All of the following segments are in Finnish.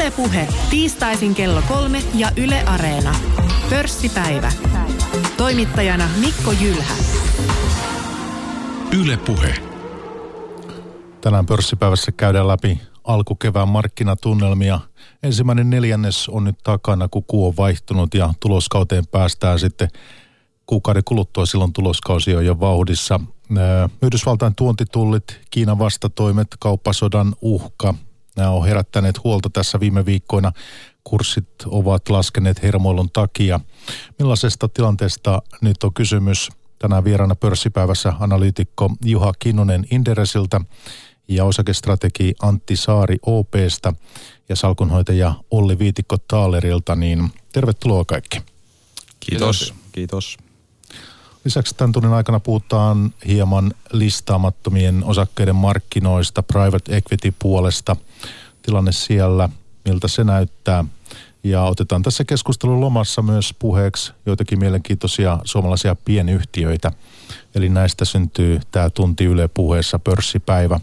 Yle Puhe, tiistaisin kello 3 ja Yle Areena. Pörssipäivä. Toimittajana Mikko Jylhä. Yle Puhe. Tänään pörssipäivässä käydään läpi alkukevään markkinatunnelmia. Ensimmäinen neljännes on nyt takana, kun kuu on vaihtunut ja tuloskauteen päästään sitten kuukauden kuluttua. Silloin tuloskausi on jo vauhdissa. Yhdysvaltain tuontitullit, Kiinan vastatoimet, kauppasodan uhka. Nämä on herättäneet huolta tässä viime viikkoina. Kurssit ovat laskeneet hermoilun takia. Millaisesta tilanteesta nyt on kysymys? Tänään vieraana pörssipäivässä analyytikko Juha Kinnunen Inderesiltä ja osakestrategi Antti Saari OP:sta ja salkunhoitaja Olli Viitikko Taalerilta. Niin tervetuloa kaikki. Kiitos. Lisäksi tämän tunnin aikana puhutaan hieman listaamattomien osakkeiden markkinoista, private equity puolesta. Tilanne siellä, miltä se näyttää. Ja otetaan tässä keskustelun lomassa myös puheeksi joitakin mielenkiintoisia suomalaisia pienyhtiöitä. Eli näistä syntyy tämä tunti Yle Puheessa pörssipäivä.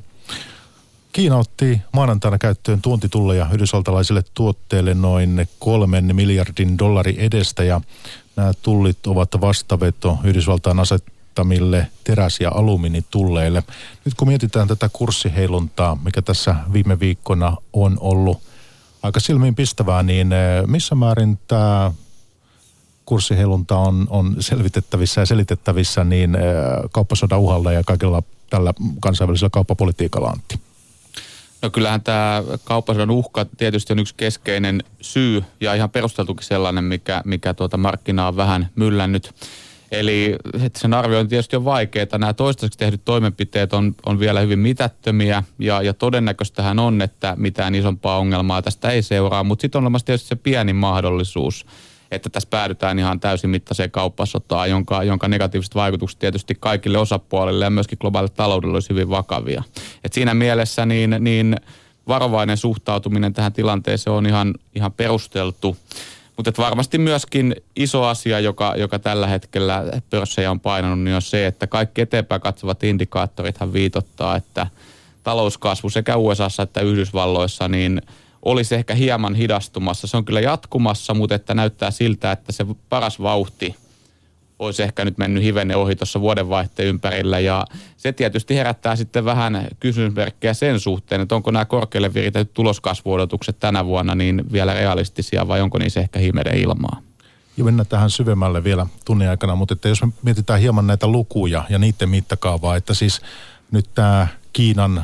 Kiina otti maanantaina käyttöön tuontitulleja yhdysvaltalaisille tuotteille noin $3 miljardin edestä ja nämä tullit ovat vastaveto Yhdysvaltain asettamille teräs- ja alumiinitulleille. Nyt kun mietitään tätä kurssiheiluntaa, mikä tässä viime viikkoina on ollut aika silmiinpistävää, niin missä määrin tämä kurssiheilunta on selvitettävissä ja selitettävissä niin kauppasodan uhalla ja kaikella tällä kansainvälisellä kauppapolitiikalla, Antti? No kyllähän tämä kauppasodan uhka tietysti on yksi keskeinen syy ja ihan perusteltukin sellainen, mikä markkinaa on vähän myllännyt. Eli sen arviointi tietysti on vaikeaa. Nämä toistaiseksi tehdyt toimenpiteet on vielä hyvin mitättömiä ja todennäköistähän on, että mitään isompaa ongelmaa tästä ei seuraa. Mutta sitten on olemassa tietysti se pieni mahdollisuus, että tässä päädytään ihan täysin mittaiseen kauppasotaan, jonka negatiiviset vaikutukset tietysti kaikille osapuolille ja myöskin globaalille taloudelle olisi hyvin vakavia. Et siinä mielessä niin varovainen suhtautuminen tähän tilanteeseen on ihan perusteltu. Mutta varmasti myöskin iso asia, joka tällä hetkellä pörssejä on painanut, niin on se, että kaikki eteenpäin katsovat indikaattorithan viitottaa, että talouskasvu sekä USAssa että Yhdysvalloissa niin olisi ehkä hieman hidastumassa. Se on kyllä jatkumassa, mutta että näyttää siltä, että se paras vauhti olisi ehkä nyt mennyt hivenen ohi tuossa vuodenvaihteen ympärillä. Ja se tietysti herättää sitten vähän kysymysmerkkejä sen suhteen, että onko nämä korkealle viritetyt tuloskasvuodotukset tänä vuonna niin vielä realistisia vai onko niissä ehkä himeden ilmaa? Ja mennään tähän syvemmälle vielä tunnin aikana, mutta että jos me mietitään hieman näitä lukuja ja niiden mittakaavaa, että siis nyt tämä Kiinan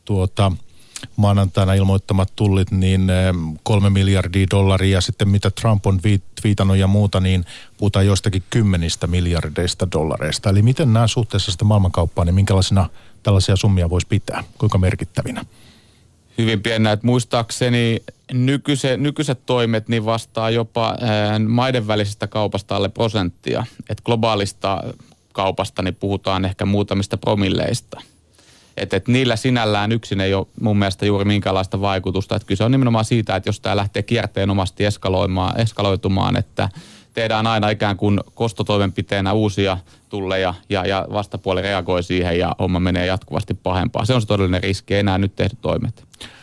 maanantaina ilmoittamat tullit, niin $3 miljardia ja sitten mitä Trump on viitannut ja muuta, niin puhutaan joistakin 10 miljardeista dollareista. Eli miten nämä suhteessa sitten maailmankauppaan, niin minkälaisina tällaisia summia voisi pitää? Kuinka merkittävinä? Hyvin pienä, että muistaakseni nykyiset toimet niin vastaa jopa maiden välisestä kaupasta alle %. Että globaalista kaupasta niin puhutaan ehkä muutamista promilleista. Että niillä sinällään yksin ei ole mun mielestä juuri minkäänlaista vaikutusta. Että kyse on nimenomaan siitä, että jos tämä lähtee kierteenomaisesti eskaloitumaan, että tehdään aina ikään kuin kostotoimenpiteenä uusia tulleja ja vastapuoli reagoi siihen ja homma menee jatkuvasti pahempaa. Se on se todellinen riski, ei enää nyt tehty toimet.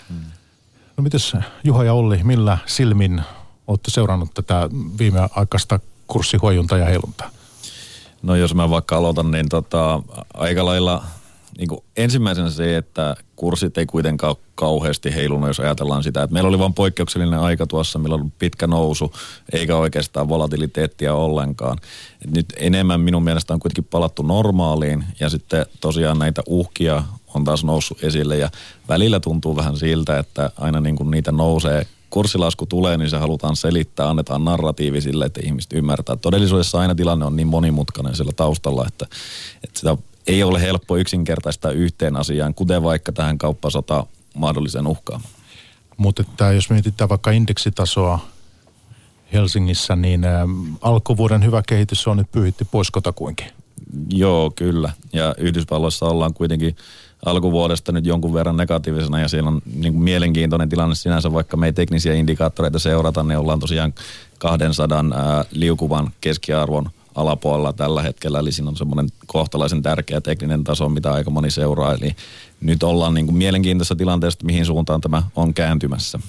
No mites Juha ja Olli, millä silmin olette seurannut tätä viimeaikaista kurssihuojuntaa ja heiluntaa? No jos mä vaikka aloitan, niin aika lailla niin kuin ensimmäisenä se, että kurssit ei kuitenkaan kauheasti heilunut, jos ajatellaan sitä, että meillä oli vain poikkeuksellinen aika tuossa, milloin on pitkä nousu, eikä oikeastaan volatiliteettia ollenkaan. Et nyt enemmän minun mielestä on kuitenkin palattu normaaliin ja sitten tosiaan näitä uhkia on taas noussut esille ja välillä tuntuu vähän siltä, että aina niin kuin niitä nousee, kurssilasku tulee, niin se halutaan selittää, annetaan narratiivi sille, että ihmiset ymmärtää. Todellisuudessa aina tilanne on niin monimutkainen siellä taustalla, että sitä ei ole helppo yksinkertaistaa yhteen asiaan, kuten vaikka tähän kauppasota mahdollisen uhkaan. Mutta jos mietitään vaikka indeksitasoa Helsingissä, niin alkuvuoden hyvä kehitys on nyt pyyhitty pois kotakuinkin. Joo, kyllä. Ja Yhdysvalloissa ollaan kuitenkin alkuvuodesta nyt jonkun verran negatiivisena ja siellä on niin kuin mielenkiintoinen tilanne sinänsä, vaikka me ei teknisiä indikaattoreita seurata, niin ollaan tosiaan 200 liukuvan keskiarvon alapuolella tällä hetkellä, eli siinä on semmoinen kohtalaisen tärkeä tekninen taso, mitä aika moni seuraa, eli nyt ollaan niin kuin mielenkiintoisessa tilanteessa, mihin suuntaan tämä on kääntymässä.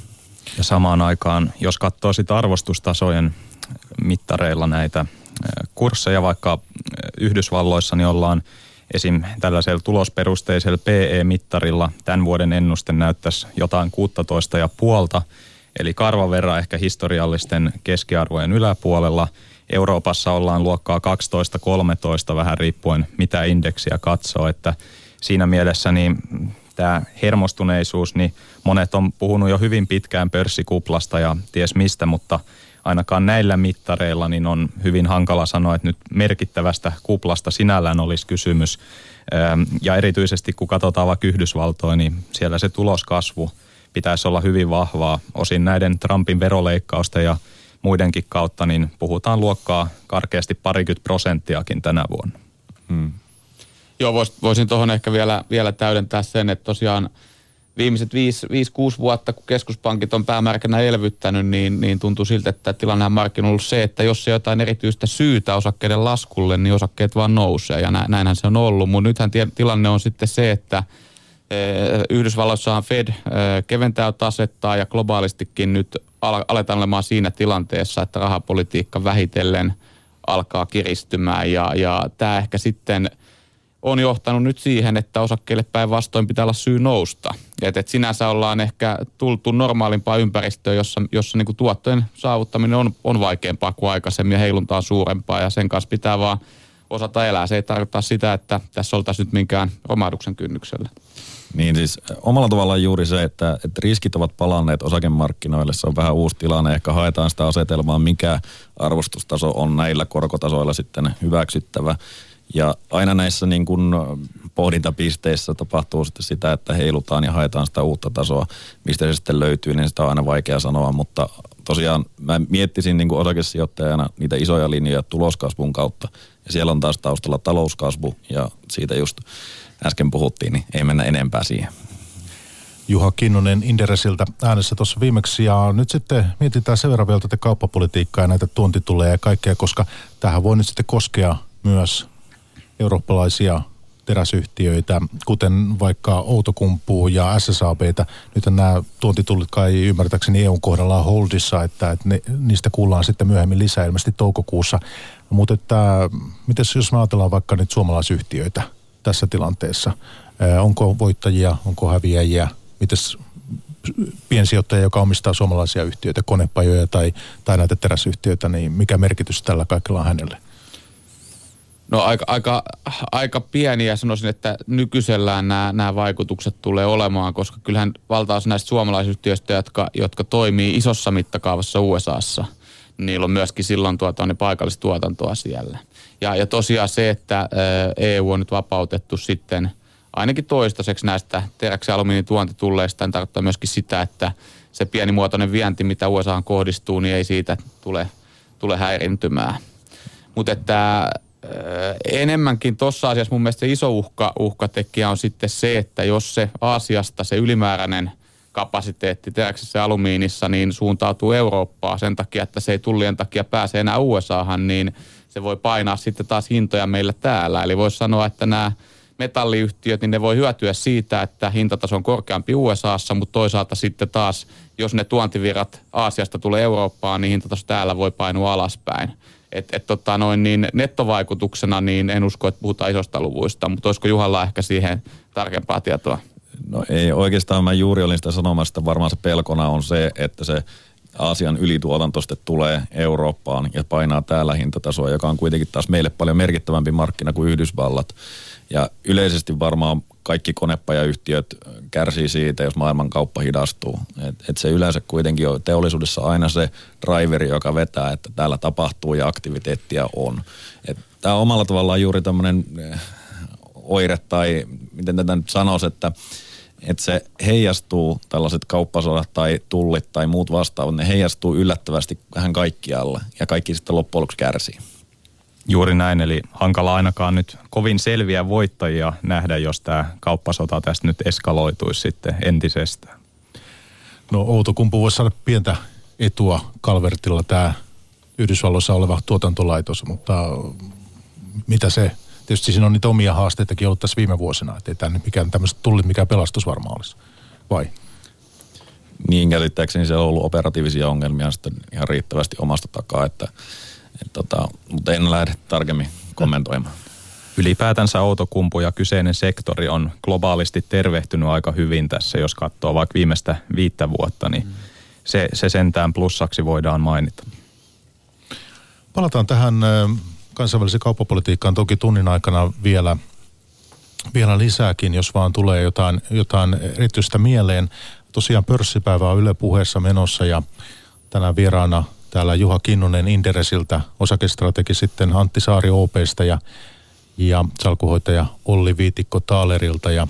Ja samaan aikaan, jos katsoo sitä arvostustasojen mittareilla näitä kursseja, vaikka Yhdysvalloissa, niin ollaan esim. Tällaisella tulosperusteisella PE-mittarilla tämän vuoden ennuste näyttäisi jotain 16,5, eli karvan verran ehkä historiallisten keskiarvojen yläpuolella. Euroopassa ollaan luokkaa 12-13 vähän riippuen mitä indeksiä katsoo, että siinä mielessä niin tämä hermostuneisuus, niin monet on puhunut jo hyvin pitkään pörssikuplasta ja ties mistä, mutta ainakaan näillä mittareilla niin on hyvin hankala sanoa, että nyt merkittävästä kuplasta sinällään olisi kysymys. Ja erityisesti kun katsotaan vaikka Yhdysvaltoja, niin siellä se tuloskasvu pitäisi olla hyvin vahvaa. Osin näiden Trumpin veroleikkausten ja muidenkin kautta, niin puhutaan luokkaa karkeasti 20% tänä vuonna. Joo, voisin tuohon ehkä vielä täydentää sen, että tosiaan viimeiset 5-6 vuotta, kun keskuspankit on päämärkänä elvyttänyt, niin tuntuu siltä, että tilanne markkinoilla on ollut se, että jos ei jotain erityistä syytä osakkeiden laskulle, niin osakkeet vaan nousee. Ja näinhän se on ollut. Mutta nythän tilanne on sitten se, että Yhdysvalloissahan Fed keventää tasetta ja globaalistikin nyt aletaan olemaan siinä tilanteessa, että rahapolitiikka vähitellen alkaa kiristymään. Ja tämä ehkä sitten on johtanut nyt siihen, että osakkeille päinvastoin pitää olla syy nousta. Et sinänsä ollaan ehkä tultu normaalimpaan ympäristöön, jossa niinku tuottojen saavuttaminen on vaikeampaa kuin aikaisemmin ja heiluntaa suurempaa ja sen kanssa pitää vaan osata elää. Se ei tarkoita sitä, että tässä oltaisiin nyt minkään romahduksen kynnyksellä. Niin siis omalla tavallaan juuri se, että riskit ovat palanneet osakemarkkinoille. Se on vähän uusi tilanne. Ehkä haetaan sitä asetelmaa, mikä arvostustaso on näillä korkotasoilla sitten hyväksyttävä. Ja aina näissä niin kuin pohdintapisteissä tapahtuu sitten sitä, että heilutaan ja haetaan sitä uutta tasoa. Mistä se sitten löytyy, niin sitä on aina vaikea sanoa. Mutta tosiaan mä miettisin niin kuin osakesijoittajana niitä isoja linjoja tuloskasvun kautta. Ja siellä on taas taustalla talouskasvu ja siitä just äsken puhuttiin, niin ei mennä enempää siihen. Juha Kinnunen Inderesiltä äänessä tuossa viimeksi ja nyt sitten mietitään sen verran vielä tätä kauppapolitiikkaa ja näitä tuontituleja ja kaikkea, koska tämähän voi nyt sitten koskea myös eurooppalaisia teräsyhtiöitä, kuten vaikka Outokumpua ja SSAB:tä. Nyt nämä tuontitullit kai ymmärtääkseni EUn kohdalla on holdissa, että niistä kuullaan sitten myöhemmin lisää ilmeisesti toukokuussa. Mutta että mites jos me ajatellaan vaikka nyt suomalaisyhtiöitä tässä tilanteessa? Onko voittajia, onko häviäjiä? Mites piensijoittaja, joka omistaa suomalaisia yhtiöitä, konepajoja tai näitä teräsyhtiöitä, niin mikä merkitys tällä kaikilla on hänelle? No aika pieniä sanoisin, että nykyisellään nämä vaikutukset tulee olemaan, koska kyllähän valtaosa näistä suomalaisyhtiöistä, jotka toimii isossa mittakaavassa USAssa, niillä on myöskin silloin paikallistuotantoa siellä. Ja tosiaan se, että EU on nyt vapautettu sitten ainakin toistaiseksi näistä teräksen ja alumiinin tuontitulleista, tarkoittaa myöskin sitä, että se pienimuotoinen vienti, mitä USAhan kohdistuu, niin ei siitä tule häirintymään. Mutta että enemmänkin tuossa asiassa mun mielestä se iso uhkatekijä on sitten se, että jos se Aasiasta se ylimääräinen kapasiteetti teräksessä ja alumiinissa niin suuntautuu Eurooppaan sen takia, että se ei tullien takia pääse enää USAhan, niin se voi painaa sitten taas hintoja meillä täällä. Eli voisi sanoa, että nämä metalliyhtiöt, niin ne voi hyötyä siitä, että hintataso on korkeampi USAssa, mutta toisaalta sitten taas, jos ne tuontivirrat Aasiasta tulee Eurooppaan, niin hintataso täällä voi painua alaspäin. Niin nettovaikutuksena niin en usko, että puhutaan isosta luvuista, mutta olisiko Juhalla ehkä siihen tarkempaa tietoa? No ei oikeastaan, mä juuri olin sitä sanomassa, varmaan se pelkona on se, että se Aasian ylituotanto sitten tulee Eurooppaan ja painaa täällä hintatasoa, joka on kuitenkin taas meille paljon merkittävämpi markkina kuin Yhdysvallat. Ja yleisesti varmaan kaikki konepajayhtiöt kärsii siitä, jos maailman kauppa hidastuu. Et se yleensä kuitenkin on teollisuudessa aina se driveri, joka vetää, että täällä tapahtuu ja aktiviteettia on. Tämä on omalla tavallaan juuri tämmöinen oire tai miten tätä nyt sanoisi, että se heijastuu, tällaiset kauppasodat tai tullit tai muut vastaavat, ne heijastuu yllättävästi vähän kaikkialla ja kaikki sitten loppujen lopuksi kärsii. Juuri näin, eli hankala ainakaan nyt kovin selviä voittajia nähdä, jos tämä kauppasota tästä nyt eskaloituisi sitten entisestään. No Outokumpu voisi saada pientä etua Calvertilla tämä Yhdysvalloissa oleva tuotantolaitos, mutta mitä se, tietysti siinä on niitä omia haasteitakin ollut tässä viime vuosina, että ei tämä nyt mikään tämmöiset tullit mikään pelastus varmaan olisi, vai? Niin käsittääkseni siellä on ollut operatiivisia ongelmia sitten ihan riittävästi omasta takaa, mutta en lähde tarkemmin kommentoimaan. Ylipäätänsä Outokumpu ja kyseinen sektori on globaalisti tervehtynyt aika hyvin tässä, jos katsoo vaikka viimeistä 5 vuotta, niin se sentään plussaksi voidaan mainita. Palataan tähän kansainväliseen kauppapolitiikkaan toki tunnin aikana vielä lisääkin, jos vaan tulee jotain erityistä mieleen. Tosiaan pörssipäivä on Yle Puheessa menossa ja tänään vieraana täällä Juha Kinnunen Inderesiltä, osakestrategi sitten Antti Saari OP:sta ja salkuhoitaja Olli Viitikko Taalerilta ja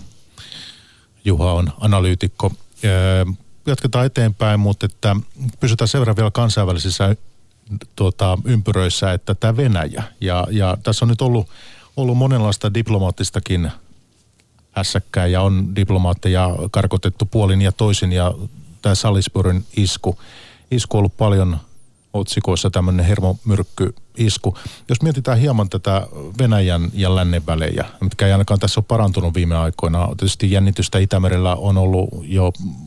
Juha on analyytikko. Jatketaan eteenpäin, mutta että pysytään sen verran vielä kansainvälisissä ympyröissä, että tämä Venäjä. Ja tässä on nyt ollut monenlaista diplomaattistakin hässäkkää ja on diplomaatteja karkotettu puolin ja toisin ja tämä Salisburyn isku on ollut paljon otsikoissa tämmöinen hermomyrkky-isku. Jos mietitään hieman tätä Venäjän ja lännen välejä, mitkä ei ainakaan tässä ole parantunut viime aikoina. Tietysti jännitystä Itämerellä on ollut jo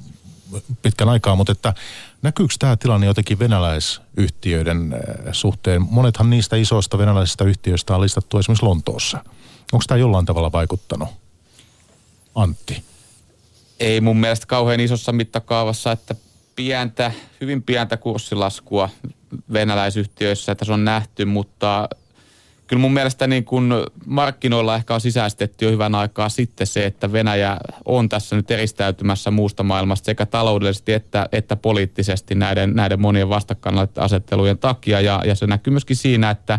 pitkän aikaa, mutta että näkyykö tämä tilanne jotenkin venäläisyhtiöiden suhteen? Monethan niistä isoista venäläisistä yhtiöistä on listattu esimerkiksi Lontoossa. Onko tämä jollain tavalla vaikuttanut? Antti? Ei mun mielestä kauhean isossa mittakaavassa, että hyvin pientä kurssilaskua venäläisyhtiöissä tässä on nähty, mutta kyllä mun mielestä niin kun markkinoilla ehkä on sisäistetty jo hyvän aikaa sitten se, että Venäjä on tässä nyt eristäytymässä muusta maailmasta sekä taloudellisesti että poliittisesti näiden monien vastakkainasettelujen takia. Ja se näkyy myöskin siinä, että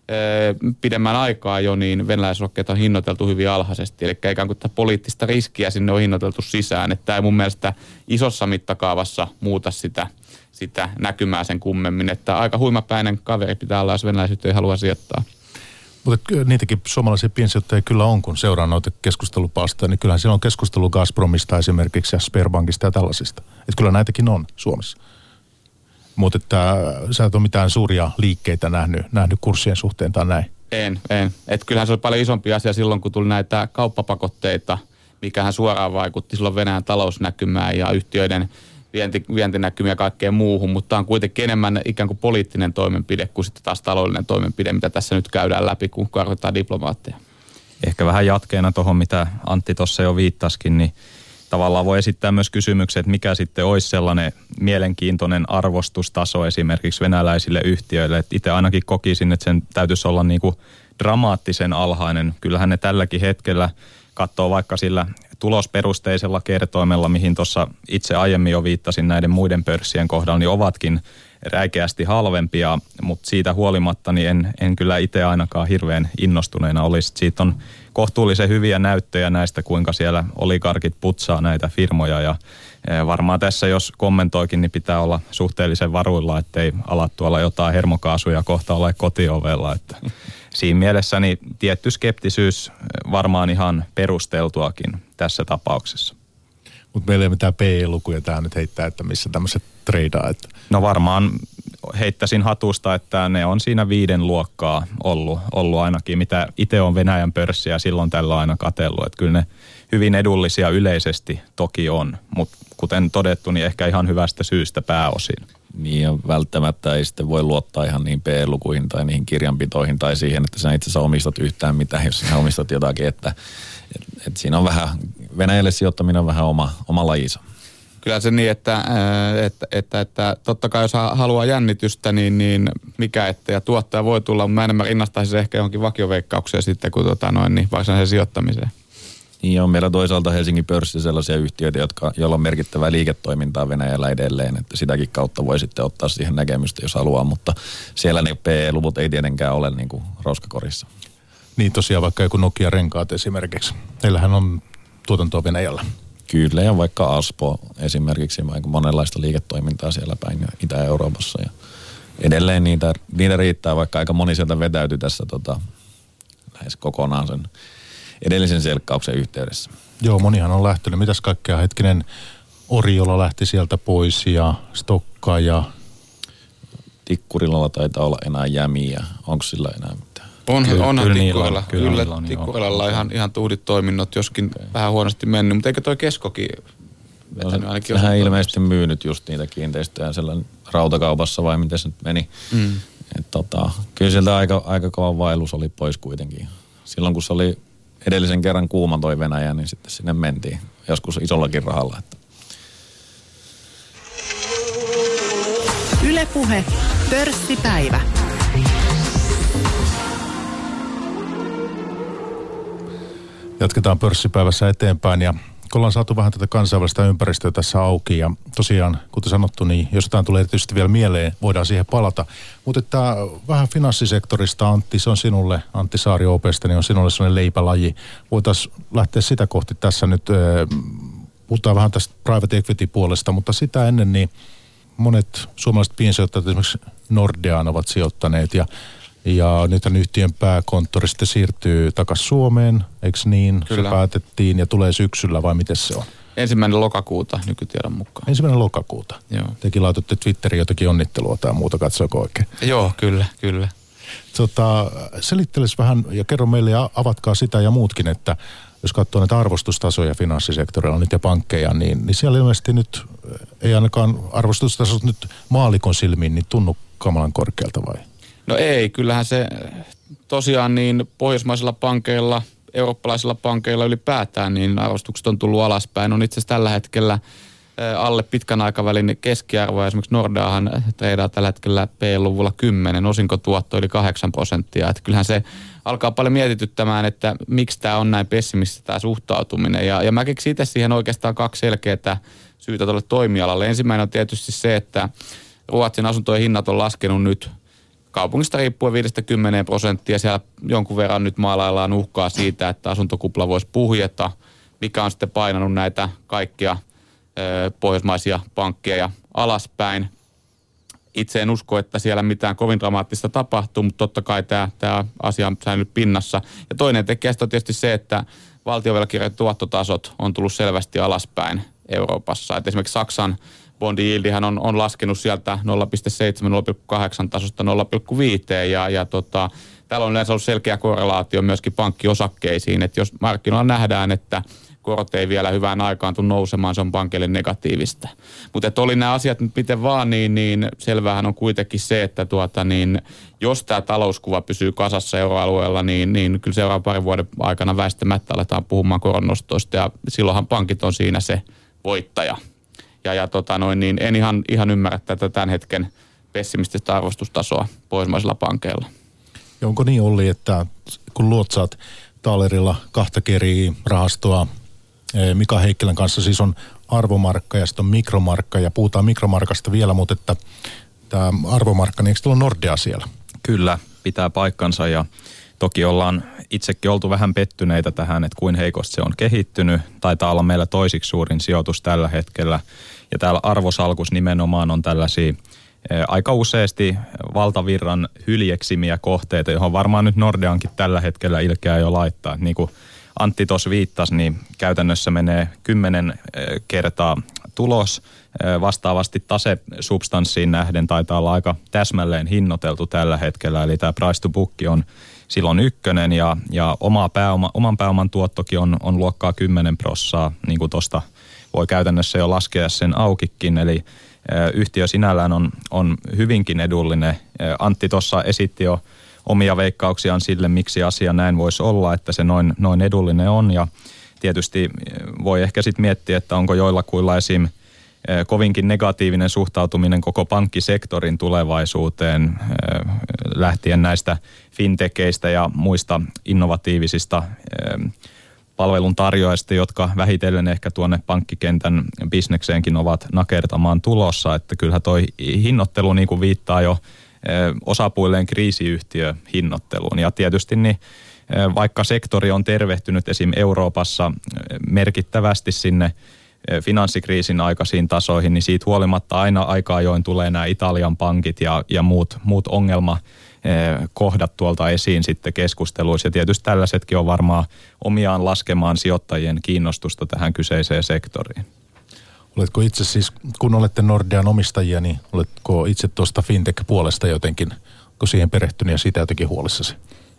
pidemmän aikaa jo niin venäläisrokkeita on hinnoiteltu hyvin alhaisesti. Eli ikään kuin tätä poliittista riskiä sinne on hinnoiteltu sisään. Että tämä ei mun mielestä isossa mittakaavassa muuta sitä näkymää sen kummemmin. Että aika huimapäinen kaveri pitää olla, jos venäläisyhtiö ei halua sijoittaa. Mutta niitäkin suomalaisia piensijoittajia kyllä on, kun seuraa noita keskustelupalstoja, niin kyllähän siellä on keskustelu Gazpromista esimerkiksi ja Sberbankista ja tällaisista. Että kyllä näitäkin on Suomessa. Mutta että sä et ole mitään suuria liikkeitä nähnyt kurssien suhteen tai näin. En. Että kyllähän se oli paljon isompi asia silloin, kun tuli näitä kauppapakotteita, mikähän suoraan vaikutti silloin Venäjän talousnäkymään ja yhtiöiden vientinäkymiä ja kaikkeen muuhun, mutta tämä on kuitenkin enemmän ikään kuin poliittinen toimenpide kuin sitten taas taloudellinen toimenpide, mitä tässä nyt käydään läpi, kun karkotetaan diplomaatteja. Ehkä vähän jatkeena tuohon, mitä Antti tuossa jo viittasikin, niin tavallaan voi esittää myös kysymyksen, että mikä sitten olisi sellainen mielenkiintoinen arvostustaso esimerkiksi venäläisille yhtiöille. Että itse ainakin kokisin, että sen täytyisi olla niin kuin dramaattisen alhainen. Kyllähän ne tälläkin hetkellä katsoo vaikka sillä tulosperusteisella kertoimella, mihin tuossa itse aiemmin jo viittasin näiden muiden pörssien kohdalla, niin ovatkin räikeästi halvempia, mutta siitä huolimatta niin en kyllä itse ainakaan hirveän innostuneena olisi. Siitä on kohtuullisen hyviä näyttöjä näistä, kuinka siellä oligarkit putsaa näitä firmoja ja varmaan tässä, jos kommentoikin, niin pitää olla suhteellisen varuilla, ettei ala tuolla jotain hermokaasuja kohta ole kotiovella. Että siinä mielessä niin tietty skeptisyys varmaan ihan perusteltuakin tässä tapauksessa. Mutta meillä ei mitään PE-lukuja tähän nyt heittää, että missä tämmöiset treidaa. Että. No varmaan heittäisin hatusta, että ne on siinä 5 luokkaa ollut ainakin, mitä itse on Venäjän pörssiä silloin tällä aina katsellut. Että kyllä ne hyvin edullisia yleisesti toki on, mutta kuten todettu, niin ehkä ihan hyvästä syystä pääosin. Niin ja välttämättä ei sitten voi luottaa ihan niin PE-lukuihin tai niihin kirjanpitoihin tai siihen, että sä itse asiassa omistat yhtään mitään, jos sä omistat jotakin, että siinä on vähän, Venäjälle sijoittaminen on vähän oma lajinsa. Kyllä se niin, että totta kai jos haluaa jännitystä, niin mikä ettei ja tuottaja voi tulla, mutta mä enemmän rinnastaisin se ehkä johonkin vakioveikkaukseen sitten kuin niin varsinaiseen sijoittamiseen. Niin on meillä toisaalta Helsingin pörssissä sellaisia yhtiöitä, joilla on merkittävää liiketoimintaa Venäjällä edelleen, että sitäkin kautta voi sitten ottaa siihen näkemystä, jos haluaa, mutta siellä ne PE-luvut ei tietenkään ole niin kuin roskakorissa. Niin tosiaan vaikka joku Nokia-renkaat esimerkiksi. Heillähän on tuotantoa Venäjällä. Kyllä ja vaikka Aspo esimerkiksi, vaikka monenlaista liiketoimintaa siellä päin Itä-Euroopassa ja edelleen niitä riittää, vaikka aika moni sieltä vetäytyi tässä lähes kokonaan sen edellisen selkkauksen yhteydessä. Joo, monihan on lähtenyt. Mitäs kaikkea hetkinen Oriola lähti sieltä pois ja Stokka ja Tikkurilalla taitaa olla enää jämiä. Onko sillä enää mitään? Onhan Tikkurilla. Kyllä Tikkurilalla ihan tuhdit toiminnot, joskin vähän huonosti mennyt. Mutta eikö toi Keskokin vetänyt ainakin. Hän ilmeisesti myynyt just niitä kiinteistöjä sellainen rautakaupassa vai miten se nyt meni. Kyllä sieltä aika kova vaellus oli pois kuitenkin. Silloin kun se oli edellisen kerran kuuma toi Venäjä, niin sitten sinne mentiin joskus isollakin rahalla. Yle Puhe, pörssipäivä. Jatketaan pörssipäivässä eteenpäin ja kun ollaan saatu vähän tätä kansainvälistä ympäristöä tässä auki ja tosiaan, kuten sanottu, niin jos jotain tulee erityisesti vielä mieleen, voidaan siihen palata. Mutta että vähän finanssisektorista, Antti, se on sinulle, Antti Saari OP:sta, niin on sinulle sellainen leipälaji. Voitaisiin lähteä sitä kohti tässä nyt, puhutaan vähän tästä private equity puolesta, mutta sitä ennen niin monet suomalaiset piensijoittajat esimerkiksi Nordeaan ovat sijoittaneet ja nythän yhtiön pääkonttori sitten siirtyy takaisin Suomeen, eikö niin? Kyllä. Se päätettiin ja tulee syksyllä vai miten se on? 1. lokakuuta nykytiedon mukaan. 1. lokakuuta? Joo. Tekin laitoitte Twitteriin jotakin onnittelua tai muuta, katsoako oikein? Joo, kyllä. Selittelisi vähän ja kerro meille ja avatkaa sitä ja muutkin, että jos katsoo näitä arvostustasoja finanssisektorilla nyt ja pankkeja, niin siellä ilmeisesti nyt ei ainakaan arvostustasot nyt maalikon silmiin niin tunnu kamalan korkealta vai? No ei, kyllähän se tosiaan niin pohjoismaisilla pankeilla, eurooppalaisilla pankeilla ylipäätään, niin arvostukset on tullut alaspäin. On itse asiassa tällä hetkellä alle pitkän aikavälin keskiarvoa. Esimerkiksi Nordeahan treidaa tällä hetkellä P-luvulla 10, osinkotuotto yli 8%. Että kyllähän se alkaa paljon mietityttämään, että miksi tämä on näin pessimistä tämä suhtautuminen. Ja mä keksin itse siihen oikeastaan 2 selkeää syytä tuolle toimialalle. Ensimmäinen on tietysti se, että Ruotsin asuntojen hinnat on laskenut nyt kaupungista riippuen 5-10%. Siellä jonkun verran nyt maalaillaan uhkaa siitä, että asuntokupla voisi puhjeta, mikä on sitten painanut näitä kaikkia pohjoismaisia pankkeja alaspäin. Itse en usko, että siellä mitään kovin dramaattista tapahtuu, mutta totta kai tämä asia on säilynyt pinnassa. Ja toinen tekijä on tietysti se, että valtionvelkakirjan tuottotasot on tullut selvästi alaspäin Euroopassa. Et esimerkiksi Saksan bondi-yieldihän on laskenut sieltä 0,7-0,8 tasosta 0,5 ja täällä on yleensä ollut selkeä korrelaatio myöskin pankkiosakkeisiin, että jos markkinoilla nähdään, että korot ei vielä hyvään aikaan tule nousemaan, se on pankille negatiivista. Mutta oli nämä asiat nyt miten vaan, niin selvähän on kuitenkin se, että jos tämä talouskuva pysyy kasassa euroalueella, niin kyllä seuraavan parin vuoden aikana väistämättä aletaan puhumaan koronnostoista ja silloinhan pankit on siinä se voittaja. Niin en ihan ymmärrä tätä tämän hetken pessimististä arvostustasoa pohjoismaisilla pankeilla. Ja onko niin, Olli, että kun luotsaat Taalerilla 2 eri rahastoa, Mika Heikkilän kanssa siis on arvomarkka ja sitten on mikromarkka ja puhutaan mikromarkasta vielä, mutta että tämä arvomarkka, niin eikö tuolla Nordea siellä? Kyllä, pitää paikkansa ja toki ollaan itsekin oltu vähän pettyneitä tähän, että kuin heikosti se on kehittynyt. Taitaa olla meillä toisiksi suurin sijoitus tällä hetkellä ja täällä arvosalkus nimenomaan on tällaisia aika useasti valtavirran hyljeksimiä kohteita, johon varmaan nyt Nordeankin tällä hetkellä ilkeää jo laittaa. Niin kuin Antti tuossa viittasi, niin käytännössä menee 10 kertaa tulos. Vastaavasti tasesubstanssiin nähden taitaa olla aika täsmälleen hinnoiteltu tällä hetkellä. Eli tämä price to book on silloin 1 ja oman pääoman tuottokin on luokkaa 10%, niin kuin tuosta voi käytännössä jo laskea sen aukikin. Eli yhtiö sinällään on hyvinkin edullinen. Antti tuossa esitti jo omia veikkauksiaan sille, miksi asia näin voisi olla, että se noin edullinen on. Ja tietysti voi ehkä sitten miettiä, että onko joillakuilla esim. Kovinkin negatiivinen suhtautuminen koko pankkisektorin tulevaisuuteen lähtien näistä fintecheistä ja muista innovatiivisista palveluntarjoajista, jotka vähitellen ehkä tuonne pankkikentän bisnekseenkin ovat nakertamaan tulossa. Että kyllähän toi hinnoittelu niin kuin viittaa jo osapuilleen kriisiyhtiöhinnoitteluun. Ja tietysti niin, vaikka sektori on tervehtynyt esim. Euroopassa merkittävästi sinne finanssikriisin aikaisiin tasoihin, niin siitä huolimatta aina aika ajoin tulee nämä Italian pankit ja muut ongelmakohdat tuolta esiin sitten keskusteluissa. Ja tietysti tällaisetkin on varmaan omiaan laskemaan sijoittajien kiinnostusta tähän kyseiseen sektoriin. Oletko itse siis, kun olette Nordean omistajia, niin oletko itse tuosta fintech-puolesta jotenkin, kun siihen perehtynyt ja siitä jotenkin huolissasi?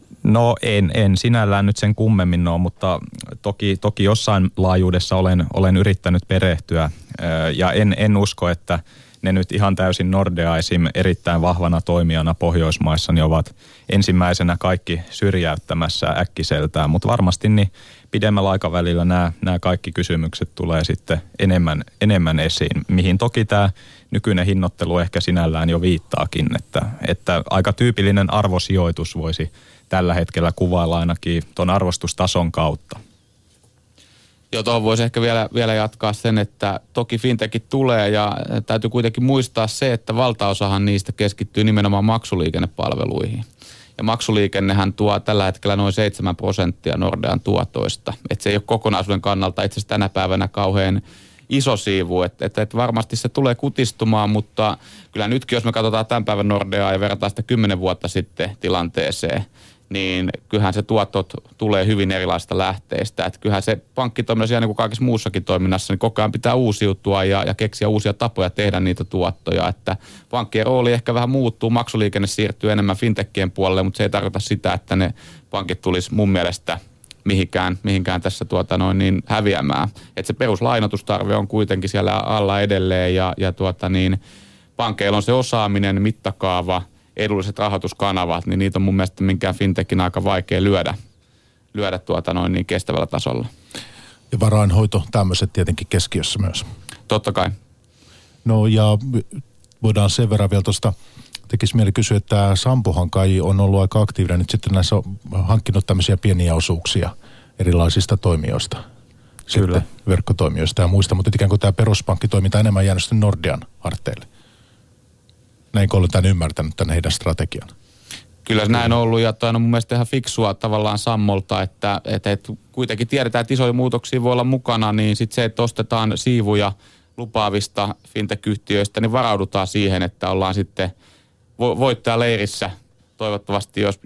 No en sinällään nyt sen kummemmin ole, mutta toki jossain laajuudessa olen yrittänyt perehtyä ja en usko, että ne nyt ihan täysin Nordea esim. Erittäin vahvana toimijana Pohjoismaissa niin ovat ensimmäisenä kaikki syrjäyttämässä äkkiseltään, mutta varmasti niin pidemmällä aikavälillä nämä kaikki kysymykset tulee sitten enemmän esiin, mihin toki tämä nykyinen hinnoittelu ehkä sinällään jo viittaakin, että aika tyypillinen arvosijoitus voisi tällä hetkellä kuvailla ainakin tuon arvostustason kautta. Joo, tuohon voisi ehkä vielä jatkaa sen, että toki fintechit tulee ja täytyy kuitenkin muistaa se, että valtaosahan niistä keskittyy nimenomaan maksuliikennepalveluihin. Ja maksuliikennehän tuo tällä hetkellä noin 7% Nordean tuotoista. Että se ei ole kokonaisuuden kannalta itse asiassa tänä päivänä kauhean iso siivu. Että varmasti se tulee kutistumaan, mutta kyllä nytkin, jos me katsotaan tämän päivän Nordeaa ja verrataan sitä 10 vuotta sitten tilanteeseen, niin kyllähän se tuotot tulee hyvin erilaisista lähteistä. Että kyllähän se pankkitoiminnassa, niin kuin kaikessa muussakin toiminnassa, niin koko ajan pitää uusiutua ja keksiä uusia tapoja tehdä niitä tuottoja. Että pankkien rooli ehkä vähän muuttuu, maksuliikenne siirtyy enemmän fintechien puolelle, mutta se ei tarkoita sitä, että ne pankit tulisi mun mielestä mihinkään tässä häviämään. Että se peruslainotustarve on kuitenkin siellä alla edelleen ja pankeilla on se osaaminen, mittakaava, edulliset rahoituskanavat, niin niitä on mun mielestä minkään fintechin aika vaikea lyödä kestävällä tasolla. Ja varainhoito, tämmöiset tietenkin keskiössä myös. Totta kai. No ja voidaan sen verran vielä tuosta, tekisi mieli kysyä, että Sampohan kai on ollut aika aktiivinen nyt sitten näissä hankkinut tämmöisiä pieniä osuuksia erilaisista toimijoista. Kyllä. Sitten verkkotoimijoista ja muista, mutta ikään kuin tämä peruspankkitoiminta enemmän jäänyt sitten Nordean harteille. Näinkö olen tämän ymmärtänyt, tämän heidän strategian? Kyllä se näin on ollut ja toi on mun mielestä ihan fiksua tavallaan Sammolta, että kuitenkin tiedetään, että isoja muutoksia voi olla mukana, niin sitten se, että ostetaan siivuja lupaavista fintech-yhtiöistä, niin varaudutaan siihen, että ollaan sitten voittajaleirissä toivottavasti, jos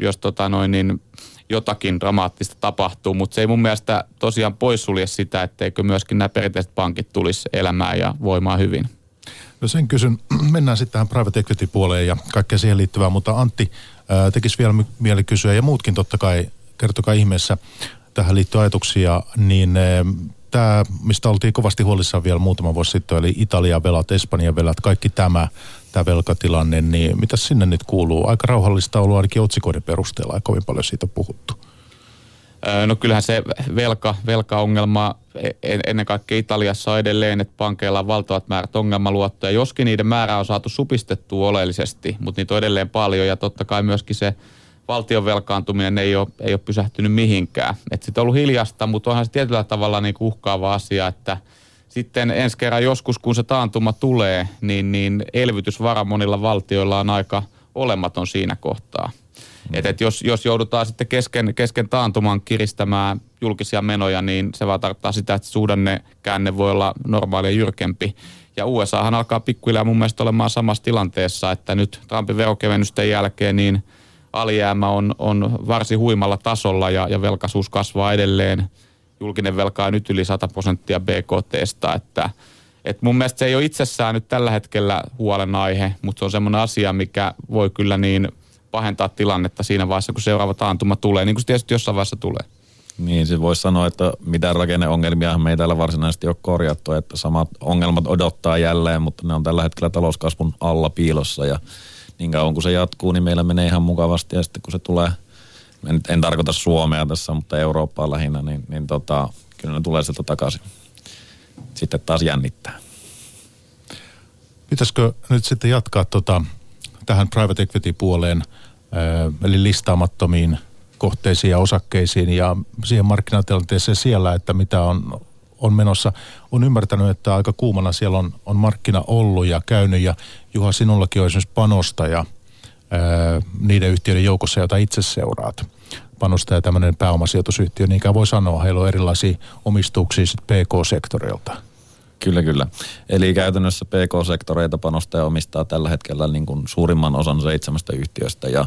jotakin dramaattista tapahtuu, mutta se ei mun mielestä tosiaan poissulje sitä, etteikö myöskin nämä perinteiset pankit tulisi elämään ja voimaan hyvin. No sen kysyn, mennään sitten tähän private equity puoleen ja kaikkea siihen liittyvää, mutta Antti tekisi vielä mieli kysyä ja muutkin totta kai, kertokaa ihmeessä tähän liittyy ajatuksia, niin tämä, mistä oltiin kovasti huolissaan vielä muutama vuosi sitten, eli Italian velat, Espanjan velat, kaikki tämä velkatilanne, niin mitä sinne nyt kuuluu? Aika rauhallista ollut ainakin otsikoiden perusteella ja kovin paljon siitä puhuttu. No kyllähän se velkaongelma ennen kaikkea Italiassa on edelleen, että pankeilla on valtavat määrät ongelmaluottoja. Joskin niiden määrä on saatu supistettua oleellisesti, mutta niitä on edelleen paljon ja totta kai myöskin se valtion velkaantuminen ei ole pysähtynyt mihinkään. Että sitten on ollut hiljasta, mutta onhan se tietyllä tavalla niin uhkaava asia, että sitten ensi kerran joskus, kun se taantuma tulee, niin elvytysvara monilla valtioilla on aika olematon siinä kohtaa. Että jos joudutaan sitten kesken taantuman kiristämään julkisia menoja, niin se vaan tarkoittaa sitä, että suhdannekäänne voi olla normaalia jyrkempi. Ja USAhan alkaa pikkuhiljaa mun mielestä olemaan samassa tilanteessa, että nyt Trumpin verokevennysten jälkeen niin alijäämä on varsin huimalla tasolla ja velkaisuus kasvaa edelleen. Julkinen velka on nyt yli 100% BKT:sta, että mun mielestä se ei ole itsessään nyt tällä hetkellä huolenaihe, mutta se on semmoinen asia, mikä voi kyllä niin pahentaa tilannetta siinä vaiheessa, kun seuraava taantuma tulee, niin kuin se tietysti jossain vaiheessa tulee. Niin, se voisi sanoa, että mitään rakenneongelmia me ei täällä varsinaisesti ole korjattu, että samat ongelmat odottaa jälleen, mutta ne on tällä hetkellä talouskasvun alla piilossa ja niin kauan kun se jatkuu, niin meillä menee ihan mukavasti ja sitten kun se tulee, en tarkoita Suomea tässä, mutta Eurooppaa lähinnä, niin kyllä ne tulee sieltä takaisin. Sitten taas jännittää. Pitäisikö nyt sitten jatkaa tähän private equity puoleen, eli listaamattomiin kohteisiin ja osakkeisiin ja siihen markkinatilanteeseen siellä, että mitä on menossa. On ymmärtänyt, että aika kuumana siellä on markkina ollut ja käynyt ja Juha, sinullakin on esimerkiksi panostaja niiden yhtiöiden joukossa, joita itse seuraat. Panostaja tämmöinen pääomasijoitusyhtiö, niinkään voi sanoa, heillä on erilaisia omistuksia sitten PK-sektorilta. Kyllä. Eli käytännössä PK-sektoreita panostaja omistaa tällä hetkellä niin kuin suurimman osan 7 yhtiöstä ja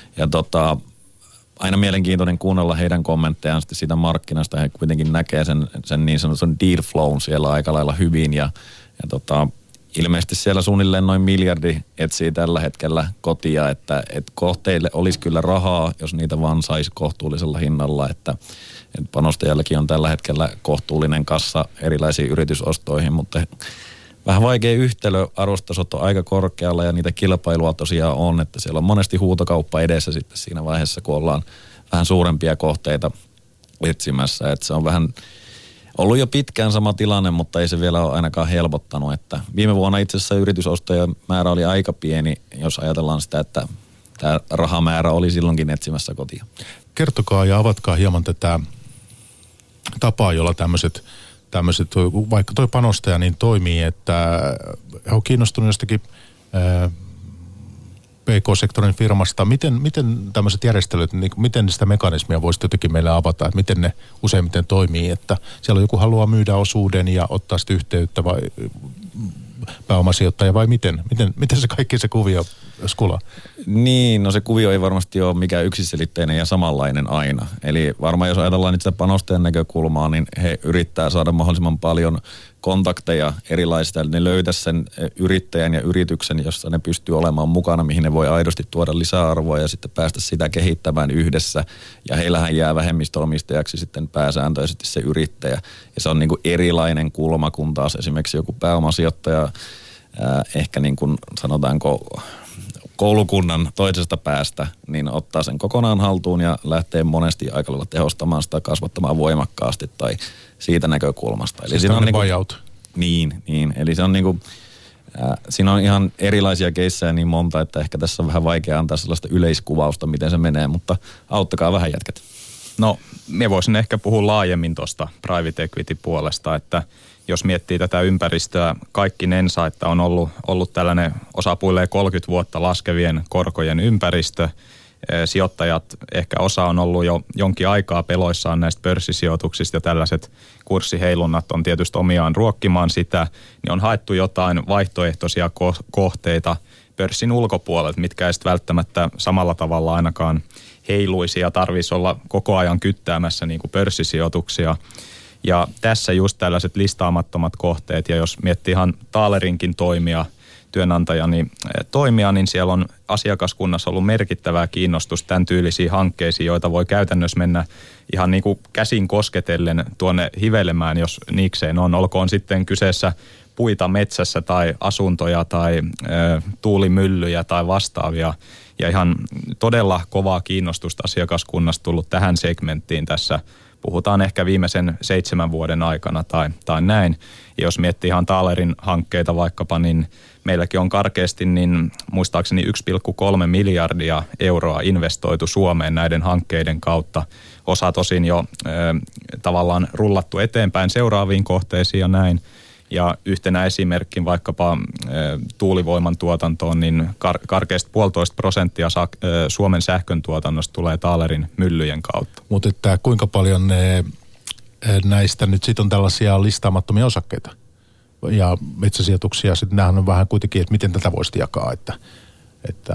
aina mielenkiintoinen kuunnella heidän kommenttejaan sitten siitä markkinasta. He kuitenkin näkee sen niin sanotun deal flown siellä aika lailla hyvin ja ilmeisesti siellä suunnilleen noin miljardi etsii tällä hetkellä kotia, että kohteille olisi kyllä rahaa, jos niitä vaan saisi kohtuullisella hinnalla, että panostajallakin on tällä hetkellä kohtuullinen kassa erilaisiin yritysostoihin, mutta vähän vaikea yhtälö, arvostasot on aika korkealla ja niitä kilpailua tosiaan on, että siellä on monesti huutokauppa edessä sitten siinä vaiheessa, kun ollaan vähän suurempia kohteita etsimässä, että se on vähän ollut jo pitkään sama tilanne, mutta ei se vielä ole ainakaan helpottanut, että viime vuonna itse asiassa yritysostojen määrä oli aika pieni, jos ajatellaan sitä, että tämä rahamäärä oli silloinkin etsimässä kotia. Kertokaa ja avatkaa hieman tätä tapaa, jolla tämmöiset vaikka toi panostaja niin toimii, että he on kiinnostunut jostakin PK-sektorin firmasta. Miten tämmöiset järjestelyt, niin miten sitä mekanismia voisi jotenkin meille avata, että miten ne useimmiten toimii, että siellä joku haluaa myydä osuuden ja ottaa sitten yhteyttä vai pääomasijoittaja vai miten se kaikki se kuvio skula? Niin, no se kuvio ei varmasti ole mikään yksiselitteinen ja samanlainen aina. Eli varmaan jos ajatellaan nyt sitä panostajan näkökulmaa, niin he yrittää saada mahdollisimman paljon kontakteja erilaisista. Eli ne löytäisi sen yrittäjän ja yrityksen, jossa ne pystyy olemaan mukana, mihin ne voi aidosti tuoda lisäarvoa ja sitten päästä sitä kehittämään yhdessä. Ja heillähän jää vähemmistöomistajaksi sitten pääsääntöisesti se yrittäjä. Ja se on niin kuin erilainen kulma, kun taas esimerkiksi joku pääomasijoittaja, ehkä niin kuin sanotaanko koulukunnan toisesta päästä, niin ottaa sen kokonaan haltuun ja lähtee monesti aika lailla tehostamaan sitä, kasvattamaan voimakkaasti tai siitä näkökulmasta. Eli siinä on niin. Eli se on niinku, siinä on ihan erilaisia keissejä niin monta, että ehkä tässä on vähän vaikea antaa sellaista yleiskuvausta, miten se menee, mutta auttakaa vähän jätkät. No, me voisin ehkä puhua laajemmin tuosta private equity puolesta, että jos miettii tätä ympäristöä kaikkinensa, että on ollut tällainen osapuilleen 30 vuotta laskevien korkojen ympäristö. Sijoittajat, ehkä osa on ollut jo jonkin aikaa peloissaan näistä pörssisijoituksista ja tällaiset kurssiheilunnat on tietysti omiaan ruokkimaan sitä, niin on haettu jotain vaihtoehtoisia kohteita pörssin ulkopuolelta, mitkä ei välttämättä samalla tavalla ainakaan heiluisi ja tarvitsisi olla koko ajan kyttäämässä niin kuin pörssisijoituksia. Ja tässä just tällaiset listaamattomat kohteet, ja jos miettii ihan Thalerinkin työnantajani toimia, niin siellä on asiakaskunnassa ollut merkittävää kiinnostusta tämän tyylisiin hankkeisiin, joita voi käytännössä mennä ihan niin kuin käsin kosketellen tuonne hivelemään, jos niikseen on. Olkoon sitten kyseessä puita metsässä tai asuntoja tai tuulimyllyjä tai vastaavia. Ja ihan todella kovaa kiinnostusta asiakaskunnasta tullut tähän segmenttiin tässä. Puhutaan ehkä viimeisen 7 vuoden aikana tai näin. Ja jos miettii ihan Thalerin hankkeita vaikkapa, niin meilläkin on karkeasti niin muistaakseni 1,3 miljardia euroa investoitu Suomeen näiden hankkeiden kautta. Osa tosin jo tavallaan rullattu eteenpäin seuraaviin kohteisiin ja näin. Ja yhtenä esimerkkin vaikkapa tuulivoiman tuotantoon, niin karkeasti 1,5% Suomen sähkön tuotannosta tulee Thalerin myllyjen kautta. Mutta että kuinka paljon näistä nyt sitten on tällaisia listaamattomia osakkeita ja metsäsijoituksia, sitten nämähän on vähän kuitenkin, että miten tätä voisi jakaa, että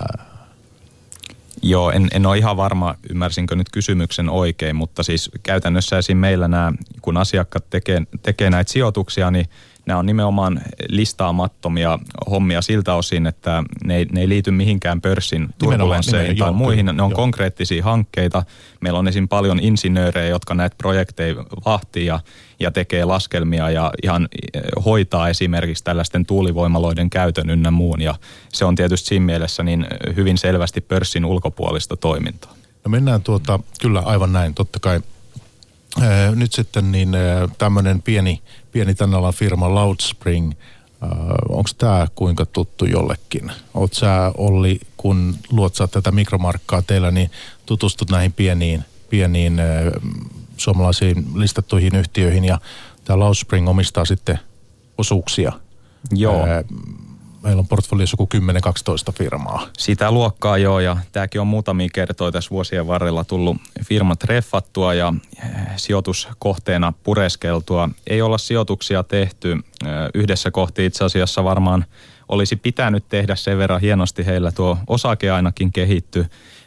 Joo, en ole ihan varma, ymmärsinkö nyt kysymyksen oikein, mutta siis käytännössä esim. Meillä nämä, kun asiakkaat tekee näitä sijoituksia, niin nämä on nimenomaan listaamattomia hommia siltä osin, että ne ei liity mihinkään pörssin turbulensseihin tai muihin. Ne on konkreettisia hankkeita. Meillä on esim. Paljon insinöörejä, jotka näitä projekteja vahtii ja tekee laskelmia ja ihan hoitaa esimerkiksi tällaisten tuulivoimaloiden käytön ynnä muun. Ja se on tietysti siinä mielessä niin hyvin selvästi pörssin ulkopuolista toimintaa. No mennään kyllä aivan näin, totta kai. Nyt sitten niin tämmöinen pieni tänne alan firma Loudspring, onko tämä kuinka tuttu jollekin? Oot sä, Olli, kun luotsaat tätä mikromarkkaa teillä, niin tutustut näihin pieniin suomalaisiin listattuihin yhtiöihin ja tämä Loudspring omistaa sitten osuuksia. Joo. Meillä on portfoliossa joku 10-12 firmaa. Sitä luokkaa joo, ja tämäkin on muutamia kertoja tässä vuosien varrella tullut firmat treffattua ja sijoituskohteena pureskeltua. Ei olla sijoituksia tehty. Yhdessä kohti itse asiassa varmaan olisi pitänyt tehdä sen verran hienosti heillä tuo osake ainakin kehitty,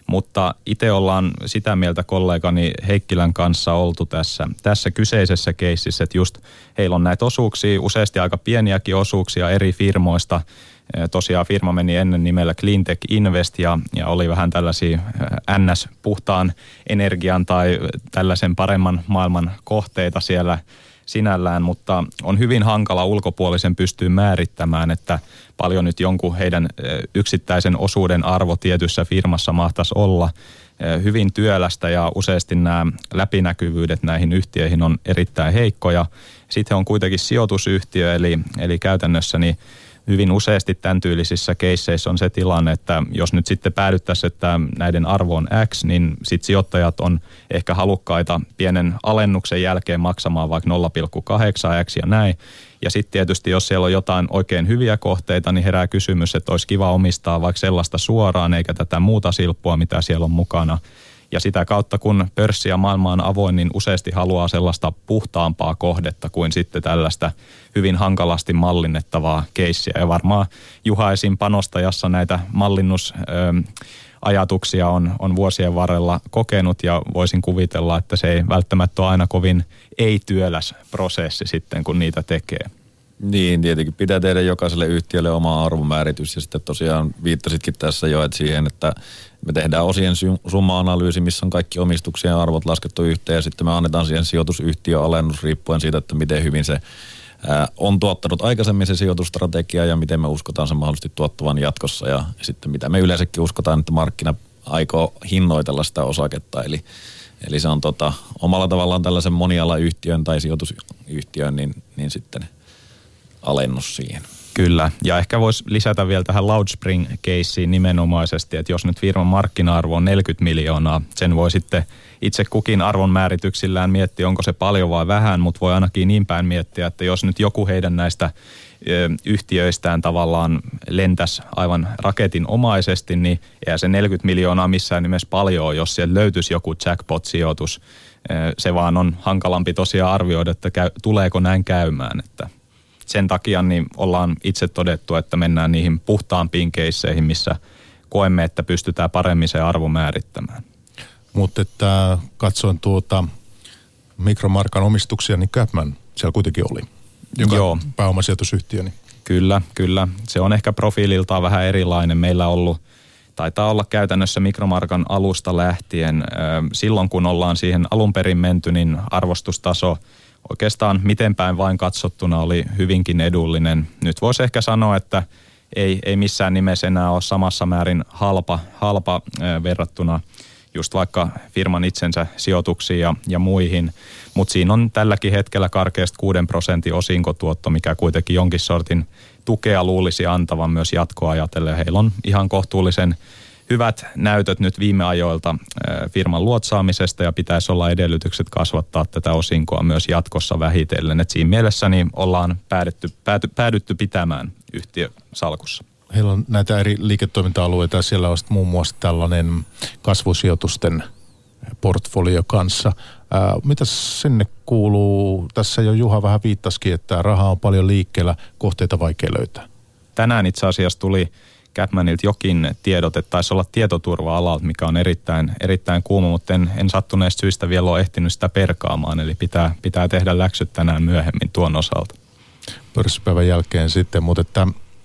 Mutta itse ollaan sitä mieltä kollegani Heikkilän kanssa oltu tässä kyseisessä keississä, että just heillä on näitä osuuksia, useasti aika pieniäkin osuuksia eri firmoista. Tosiaan firma meni ennen nimellä Cleantech Invest ja oli vähän tällaisia NS-puhtaan energian tai tällaisen paremman maailman kohteita siellä sinällään, mutta on hyvin hankala ulkopuolisen pystyä määrittämään, että paljon nyt jonkun heidän yksittäisen osuuden arvo tietyssä firmassa mahtaisi olla. Hyvin työlästä ja useasti nämä läpinäkyvyydet näihin yhtiöihin on erittäin heikkoja. Sitten on kuitenkin sijoitusyhtiö, eli käytännössä niin hyvin useasti tämän tyylisissä keisseissä on se tilanne, että jos nyt sitten päädyttäisiin, että näiden arvo on X, niin sitten sijoittajat on ehkä halukkaita pienen alennuksen jälkeen maksamaan vaikka 0,8X ja näin. Ja sitten tietysti, jos siellä on jotain oikein hyviä kohteita, niin herää kysymys, että olisi kiva omistaa vaikka sellaista suoraan, eikä tätä muuta silppua, mitä siellä on mukana. Ja sitä kautta, kun pörssi ja maailma on avoin, niin useasti haluaa sellaista puhtaampaa kohdetta kuin sitten tällaista hyvin hankalasti mallinnettavaa keissiä. Ja varmaan Juha esim. Panostajassa näitä mallinnusajatuksia on vuosien varrella kokenut ja voisin kuvitella, että se ei välttämättä ole aina kovin ei-työläs prosessi sitten, kun niitä tekee. Niin, tietenkin pitää tehdä jokaiselle yhtiölle oma arvomääritys ja sitten tosiaan viittasitkin tässä jo siihen, että me tehdään osien summa-analyysi, missä on kaikki omistuksien arvot laskettu yhteen ja sitten me annetaan siihen sijoitusyhtiöalennus riippuen siitä, että miten hyvin se on tuottanut aikaisemmin se sijoitusstrategia ja miten me uskotaan sen mahdollisesti tuottavan jatkossa ja sitten mitä me yleensäkin uskotaan, että markkina aikoo hinnoitella sitä osaketta. Eli se on omalla tavallaan tällaisen monialayhtiön tai sijoitusyhtiön niin sitten alennus siihen. Kyllä, ja ehkä voisi lisätä vielä tähän Loudspring-keissiin nimenomaisesti, että jos nyt firman markkina-arvo on 40 miljoonaa, sen voi sitten itse kukin arvon määrityksillään miettiä, onko se paljon vai vähän, mutta voi ainakin niin päin miettiä, että jos nyt joku heidän näistä yhtiöistään tavallaan lentäisi aivan raketinomaisesti, niin eihän se 40 miljoonaa missään nimessä paljon, jos siellä löytyisi joku jackpot-sijoitus. Se vaan on hankalampi tosiaan arvioida, että tuleeko näin käymään, että sen takia niin ollaan itse todettu, että mennään niihin puhtaampiin keisseihin, missä koemme, että pystytään paremmin se arvo määrittämään. Mutta että katsoin Mikromarkan omistuksia, niin Capman siellä kuitenkin oli, joka pääomasijoitusyhtiö. Niin. Kyllä. Se on ehkä profiililtaan vähän erilainen. Meillä taitaa olla käytännössä Mikromarkan alusta lähtien. Silloin kun ollaan siihen alun perin menty, niin arvostustaso oikeastaan miten päin vain katsottuna oli hyvinkin edullinen. Nyt voisi ehkä sanoa, että ei missään nimessä enää ole samassa määrin halpa verrattuna just vaikka firman itsensä sijoituksiin ja muihin. Mutta siinä on tälläkin hetkellä karkeasti 6% osinkotuotto, mikä kuitenkin jonkin sortin tukea luulisi antavan myös jatkoa ajatellen. Heillä on ihan kohtuullisen hyvät näytöt nyt viime ajoilta firman luotsaamisesta ja pitäisi olla edellytykset kasvattaa tätä osinkoa myös jatkossa vähitellen. Et siinä mielessä niin ollaan päädytty pitämään yhtiö salkussa. Heillä on näitä eri liiketoiminta-alueita ja siellä on muun muassa tällainen kasvusijoitusten portfolio kanssa. Mitä sinne kuuluu? Tässä jo Juha vähän viittasikin, että rahaa on paljon liikkeellä, kohteita vaikea löytää. Tänään itse asiassa tuli Capmanilta jokin tiedot, että taisi olla tietoturva-alalta, mikä on erittäin kuuma, mutta en sattuneesta syystä vielä ole ehtinyt sitä perkaamaan, eli pitää tehdä läksyt tänään myöhemmin tuon osalta. Pörssipäivän jälkeen sitten, mutta että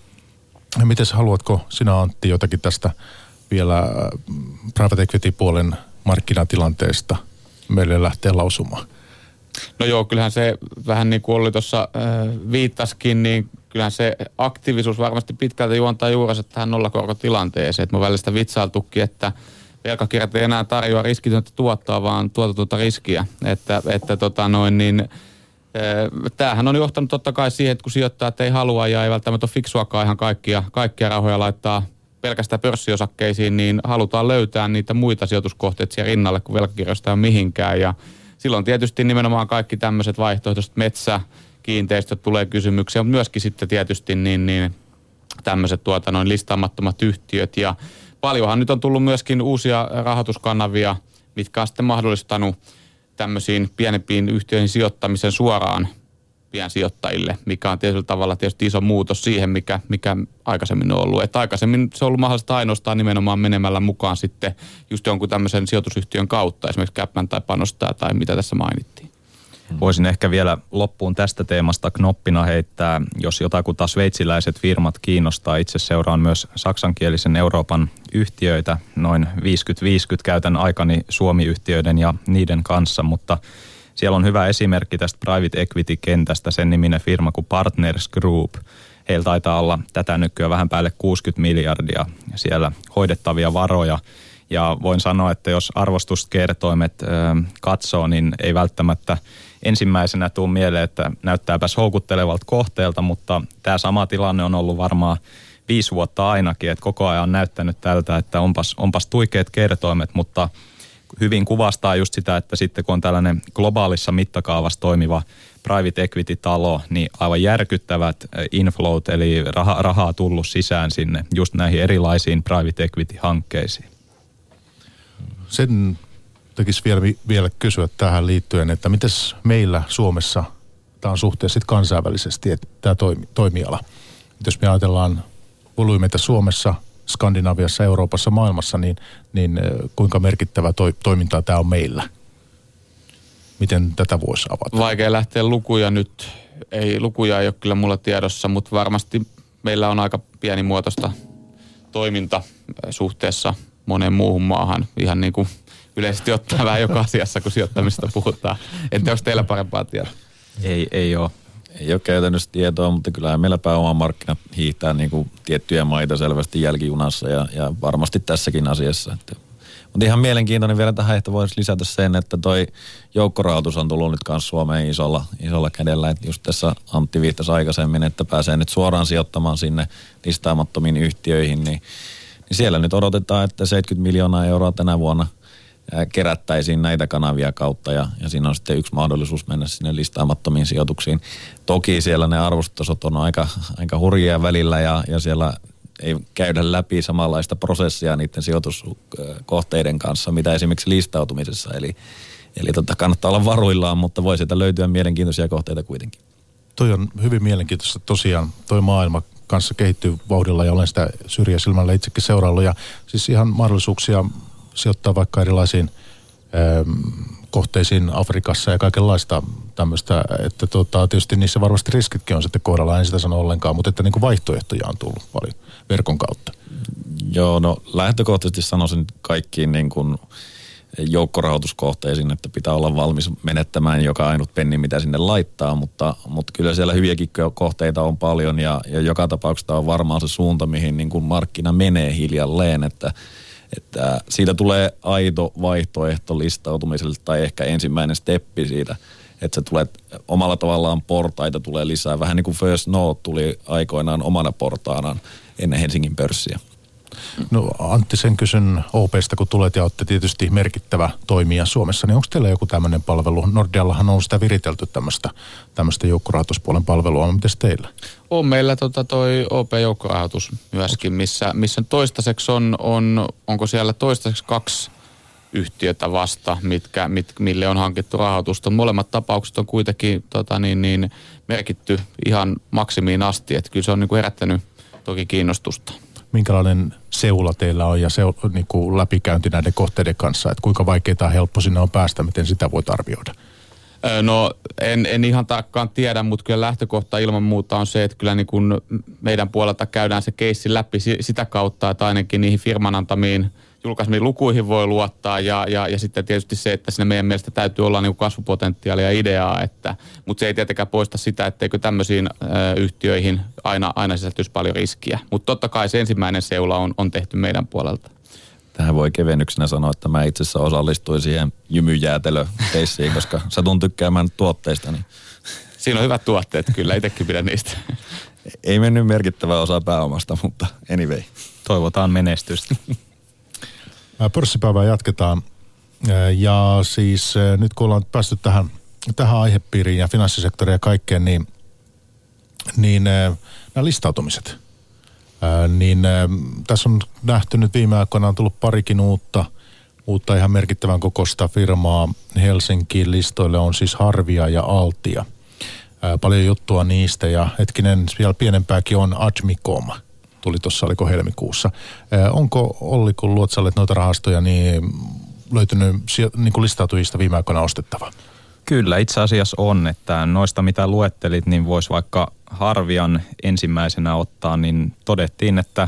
mites haluatko sinä Antti jotakin tästä vielä private equity-puolen markkinatilanteesta meille lähtee lausumaan? No joo, kyllähän se vähän niin kuin Olli tuossa viittaskin, niin kyllähän se aktiivisuus varmasti pitkälti juontaa juurensa tähän nollakorkotilanteeseen. Et mä välillä sitä vitsailtukin, että velkakirjat ei enää tarjoa riskitöntä tuottoa, vaan tuotetonta riskiä. Tämähän on johtanut totta kai siihen, että kun sijoittajat ei halua ja ei välttämättä ole fiksuakaan ihan kaikkia rahoja laittaa pelkästään pörssiosakkeisiin, niin halutaan löytää niitä muita sijoituskohteita siihen rinnalle, kun velkakirjoista ei ole mihinkään. Ja silloin tietysti nimenomaan kaikki tämmöiset vaihtoehtoiset kiinteistöt tulee kysymyksiä, mutta myöskin sitten tietysti niin tämmöiset listaamattomat yhtiöt. Ja paljonhan nyt on tullut myöskin uusia rahoituskanavia, mitkä on sitten mahdollistanut tämmöisiin pienempiin yhtiöihin sijoittamisen suoraan piensijoittajille, mikä on tietyllä tavalla tietysti iso muutos siihen, mikä aikaisemmin on ollut. Että aikaisemmin se on ollut mahdollista ainoastaan nimenomaan menemällä mukaan sitten just jonkun tämmöisen sijoitusyhtiön kautta, esimerkiksi Capman tai Panostaa tai mitä tässä mainittiin. Voisin ehkä vielä loppuun tästä teemasta knoppina heittää, jos jotakuta sveitsiläiset firmat kiinnostaa. Itse seuraan myös saksankielisen Euroopan yhtiöitä. Noin 50-50 käytän aikani Suomi-yhtiöiden ja niiden kanssa, mutta siellä on hyvä esimerkki tästä private equity-kentästä, sen niminen firma kuin Partners Group. Heillä taitaa olla tätä nykyään vähän päälle 60 miljardia siellä hoidettavia varoja. Ja voin sanoa, että jos arvostuskertoimet katsoo, niin ei välttämättä ensimmäisenä tule mieleen, että näyttääpäs houkuttelevalta kohteelta, mutta tämä sama tilanne on ollut varmaan 5 vuotta ainakin, että koko ajan on näyttänyt tältä, että onpas tuikeat kertoimet, mutta hyvin kuvastaa just sitä, että sitten kun on tällainen globaalissa mittakaavassa toimiva private equity-talo, niin aivan järkyttävät inflowt, eli rahaa tullut sisään sinne just näihin erilaisiin private equity-hankkeisiin. Sen tekisi vielä kysyä tähän liittyen, että mites meillä Suomessa tämä on suhteessa sitten kansainvälisesti, että tämä toimiala. Jos me ajatellaan volyymeita Suomessa, Skandinaviassa, Euroopassa, maailmassa, niin kuinka merkittävä toimintaa tämä on meillä? Miten tätä voisi avata? Vaikea lähteä lukuja nyt. Lukuja ei ole kyllä mulla tiedossa, mutta varmasti meillä on aika pienimuotoista toiminta suhteessa moneen muuhun maahan. Ihan niin kuin yleisesti ottaen vähän joka asiassa, kun sijoittamista puhutaan. Entä onko teillä parempaa tietoa? Ei ole. Ei ole käytännössä tietoa, mutta kyllähän meillä pääomamarkkinat hiihtää niin kuin tiettyjä maita selvästi jälkijunassa ja varmasti tässäkin asiassa. Mutta ihan mielenkiintoinen vielä tähän, että voisi lisätä sen, että toi joukkorahoitus on tullut nyt kanssa Suomeen isolla kädellä. Että just tässä Antti viittasi aikaisemmin, että pääsee nyt suoraan sijoittamaan sinne listaamattomiin yhtiöihin, niin siellä nyt odotetaan, että 70 miljoonaa euroa tänä vuonna kerättäisiin näitä kanavia kautta ja siinä on sitten yksi mahdollisuus mennä sinne listaamattomiin sijoituksiin. Toki siellä ne arvostustasot on aika hurjia välillä ja siellä ei käydä läpi samanlaista prosessia niiden sijoituskohteiden kanssa, mitä esimerkiksi listautumisessa. Eli kannattaa olla varuillaan, mutta voi sieltä löytyä mielenkiintoisia kohteita kuitenkin. Toi on hyvin mielenkiintoista tosiaan, toi maailma kanssa kehittyy vauhdilla ja olen sitä syrjäsilmällä itsekin seuraillut ja siis ihan mahdollisuuksia sijoittaa vaikka erilaisiin kohteisiin Afrikassa ja kaikenlaista tämmöistä, että tietysti niissä varmasti riskitkin on sitten kohdalla, en sitä sano ollenkaan, mutta että niin kuin vaihtoehtoja on tullut paljon verkon kautta. Joo, no lähtökohtaisesti sanoisin kaikkiin niin kuin joukkorahoituskohteisiin, että pitää olla valmis menettämään joka ainut penni, mitä sinne laittaa, mutta kyllä siellä hyviäkin kohteita on paljon ja joka tapauksessa on varmaan se suunta, mihin niin kuin markkina menee hiljalleen, että siitä tulee aito vaihtoehto listautumiselle tai ehkä ensimmäinen steppi siitä, että se tulee omalla tavallaan portaita tulee lisää. Vähän niin kuin First Note tuli aikoinaan omana portaanaan ennen Helsingin pörssiä. No Antti, sen kysyn OP:sta, kun tulet ja olette tietysti merkittävä toimija Suomessa, niin onko teillä joku tämmöinen palvelu? Nordeallahan on sitä viritelty tämmöistä joukkorahoituspuolen palvelua, mites teillä? On meillä toi OP-joukkorahoitus myöskin, missä toistaiseksi onko siellä toistaiseksi 2 yhtiötä vasta, mille on hankittu rahoitusta. Molemmat tapaukset on kuitenkin merkitty ihan maksimiin asti, että kyllä se on niin kuin herättänyt toki kiinnostusta. Minkälainen seula teillä on ja niin kuin läpikäynti näiden kohteiden kanssa, että kuinka vaikeaa tai helppo sinne on päästä, miten sitä voit arvioida? No en ihan tarkkaan tiedä, mutta kyllä lähtökohta ilman muuta on se, että kyllä niin kuin meidän puolelta käydään se keissi läpi sitä kautta, että ainakin niihin firman antamiin julkaisemiin lukuihin voi luottaa ja sitten tietysti se, että siinä meidän mielestä täytyy olla niin kasvupotentiaalia ja ideaa, mutta se ei tietenkään poista sitä, etteikö tämmöisiin yhtiöihin aina sisältyisi paljon riskiä. Mutta totta kai se ensimmäinen seula on tehty meidän puolelta. Tähän voi kevennyksenä sanoa, että mä itse asiassa osallistuin siihen jymyjäätelö-teissiin, koska satun tykkäämään tuotteista. Niin. Siinä on hyvät tuotteet, kyllä itsekin pidän niistä. Ei mennyt merkittävää osaa pääomasta, mutta anyway. Toivotaan menestystä. Pörssipäivää jatketaan ja siis nyt kun ollaan päästy tähän aihepiiriin ja finanssisektoriin ja kaikkeen, niin nämä listautumiset, tässä on nähty nyt viime aikoina on tullut parikin uutta ihan merkittävän kokoista firmaa Helsinkiin listoille on siis Harvia ja Altia. Paljon juttua niistä ja hetkinen vielä pienempääkin on Admicom. Tuli tuossa, oliko helmikuussa. Onko Olli, kun luotsallet noita rahastoja, niin löytynyt niin kuin listautujista viime aikoina ostettava? Kyllä, itse asiassa on, että noista mitä luettelit, niin voisi vaikka Harvian ensimmäisenä ottaa, niin todettiin, että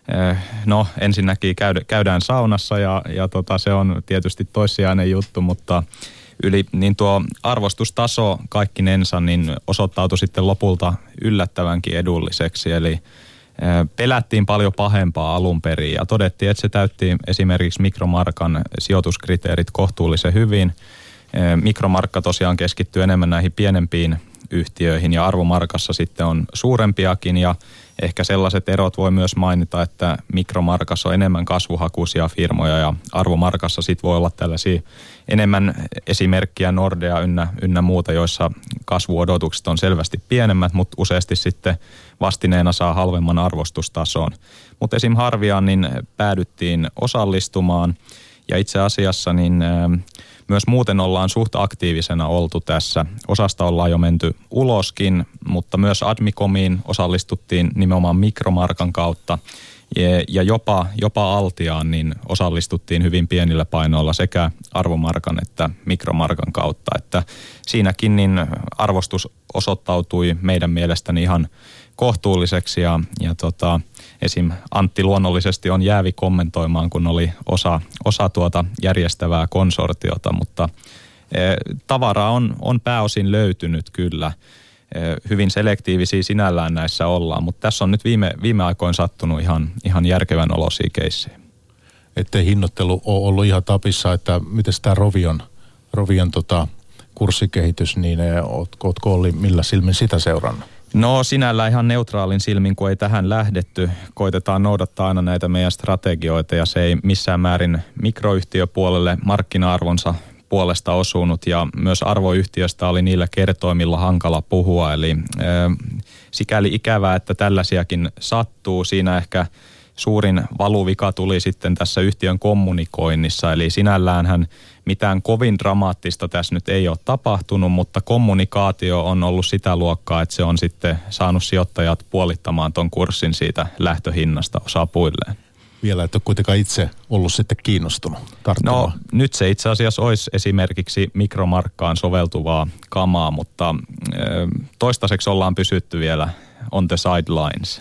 no ensinnäkin käydään saunassa ja se on tietysti toissijainen juttu, mutta niin tuo arvostustaso kaikkinensa niin osoittautui sitten lopulta yllättävänkin edulliseksi, eli pelättiin paljon pahempaa alun perin ja todettiin, että se täytti esimerkiksi Mikromarkan sijoituskriteerit kohtuullisen hyvin. Mikromarkka tosiaan keskittyy enemmän näihin pienempiin yhtiöihin ja arvomarkassa sitten on suurempiakin ja ehkä sellaiset erot voi myös mainita, että Mikromarkassa on enemmän kasvuhakuisia firmoja ja arvomarkassa sitten voi olla tällaisia enemmän esimerkkiä Nordea ynnä muuta, joissa kasvuodotukset on selvästi pienemmät, mutta useasti sitten vastineena saa halvemman arvostustason. Mutta esim. Harviaan niin päädyttiin osallistumaan ja itse asiassa niin myös muuten ollaan suht aktiivisena oltu tässä. Osasta ollaan jo menty uloskin, mutta myös Admicomiin osallistuttiin nimenomaan Mikromarkan kautta. Ja jopa Altiaan niin osallistuttiin hyvin pienillä painoilla sekä arvomarkan että Mikromarkan kautta. Että siinäkin niin arvostus osoittautui meidän mielestäni ihan kohtuulliseksi ja esim. Antti luonnollisesti on jäävi kommentoimaan, kun oli osa tuota järjestävää konsortiota, mutta tavaraa on pääosin löytynyt kyllä. Hyvin selektiivisiä sinällään näissä ollaan, mutta tässä on nyt viime aikoina sattunut ihan järkevän olosia keissejä. Ettei hinnoittelu ole ollut ihan tapissa, että miten tämä Rovion kurssikehitys, niin ootko Olli millä silmin sitä seurannut? No sinällään ihan neutraalin silmin, kun ei tähän lähdetty. Koitetaan noudattaa aina näitä meidän strategioita ja se ei missään määrin mikroyhtiöpuolelle markkina-arvonsa puolesta osunut ja myös arvoyhtiöstä oli niillä kertoimilla hankala puhua. Eli sikäli ikävää, että tällaisiakin sattuu. Siinä ehkä suurin valuvika tuli sitten tässä yhtiön kommunikoinnissa. Eli sinälläänhän mitään kovin dramaattista tässä nyt ei ole tapahtunut, mutta kommunikaatio on ollut sitä luokkaa, että se on sitten saanut sijoittajat puolittamaan ton kurssin siitä lähtöhinnasta osapuilleen. Vielä et ole kuitenkaan itse ollut sitten kiinnostunut tarttumaan. No nyt se itse asiassa olisi esimerkiksi Mikromarkkaan soveltuvaa kamaa, mutta toistaiseksi ollaan pysytty vielä on the sidelines.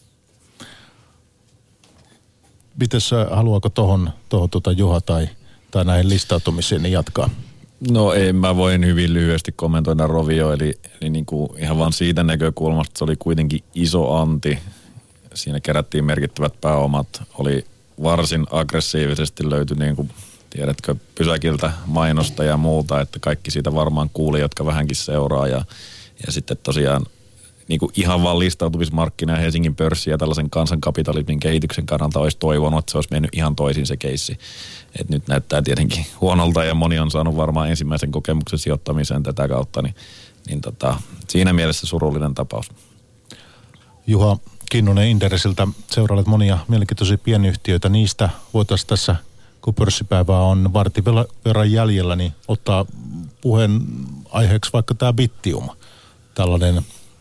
Mites haluaako tuohon Juha tai näihin listautumisiin niin jatkaa? No ei, mä voin hyvin lyhyesti kommentoida Rovio, eli niin kuin ihan vaan siitä näkökulmasta se oli kuitenkin iso anti. Siinä kerättiin merkittävät pääomat, oli varsin aggressiivisesti löytyi niin kuin, tiedätkö, pysäkiltä mainosta ja muuta, että kaikki siitä varmaan kuuli, jotka vähänkin seuraa ja sitten tosiaan niin kuin ihan vaan listautumismarkkina ja Helsingin pörssi ja tällaisen kansankapitalismin kehityksen kannalta olisi toivonut, että se olisi mennyt ihan toisin se keissi. Et nyt näyttää tietenkin huonolta ja moni on saanut varmaan ensimmäisen kokemuksen sijoittamiseen tätä kautta, niin siinä mielessä surullinen tapaus. Juha Kinnunen Inderesiltä seurailet monia mielenkiintoisia pienyhtiöitä. Niistä voitaisiin tässä, kun pörssipäivää on vartin verran jäljellä, niin ottaa puheen aiheeksi vaikka tämä Bittium, tällainen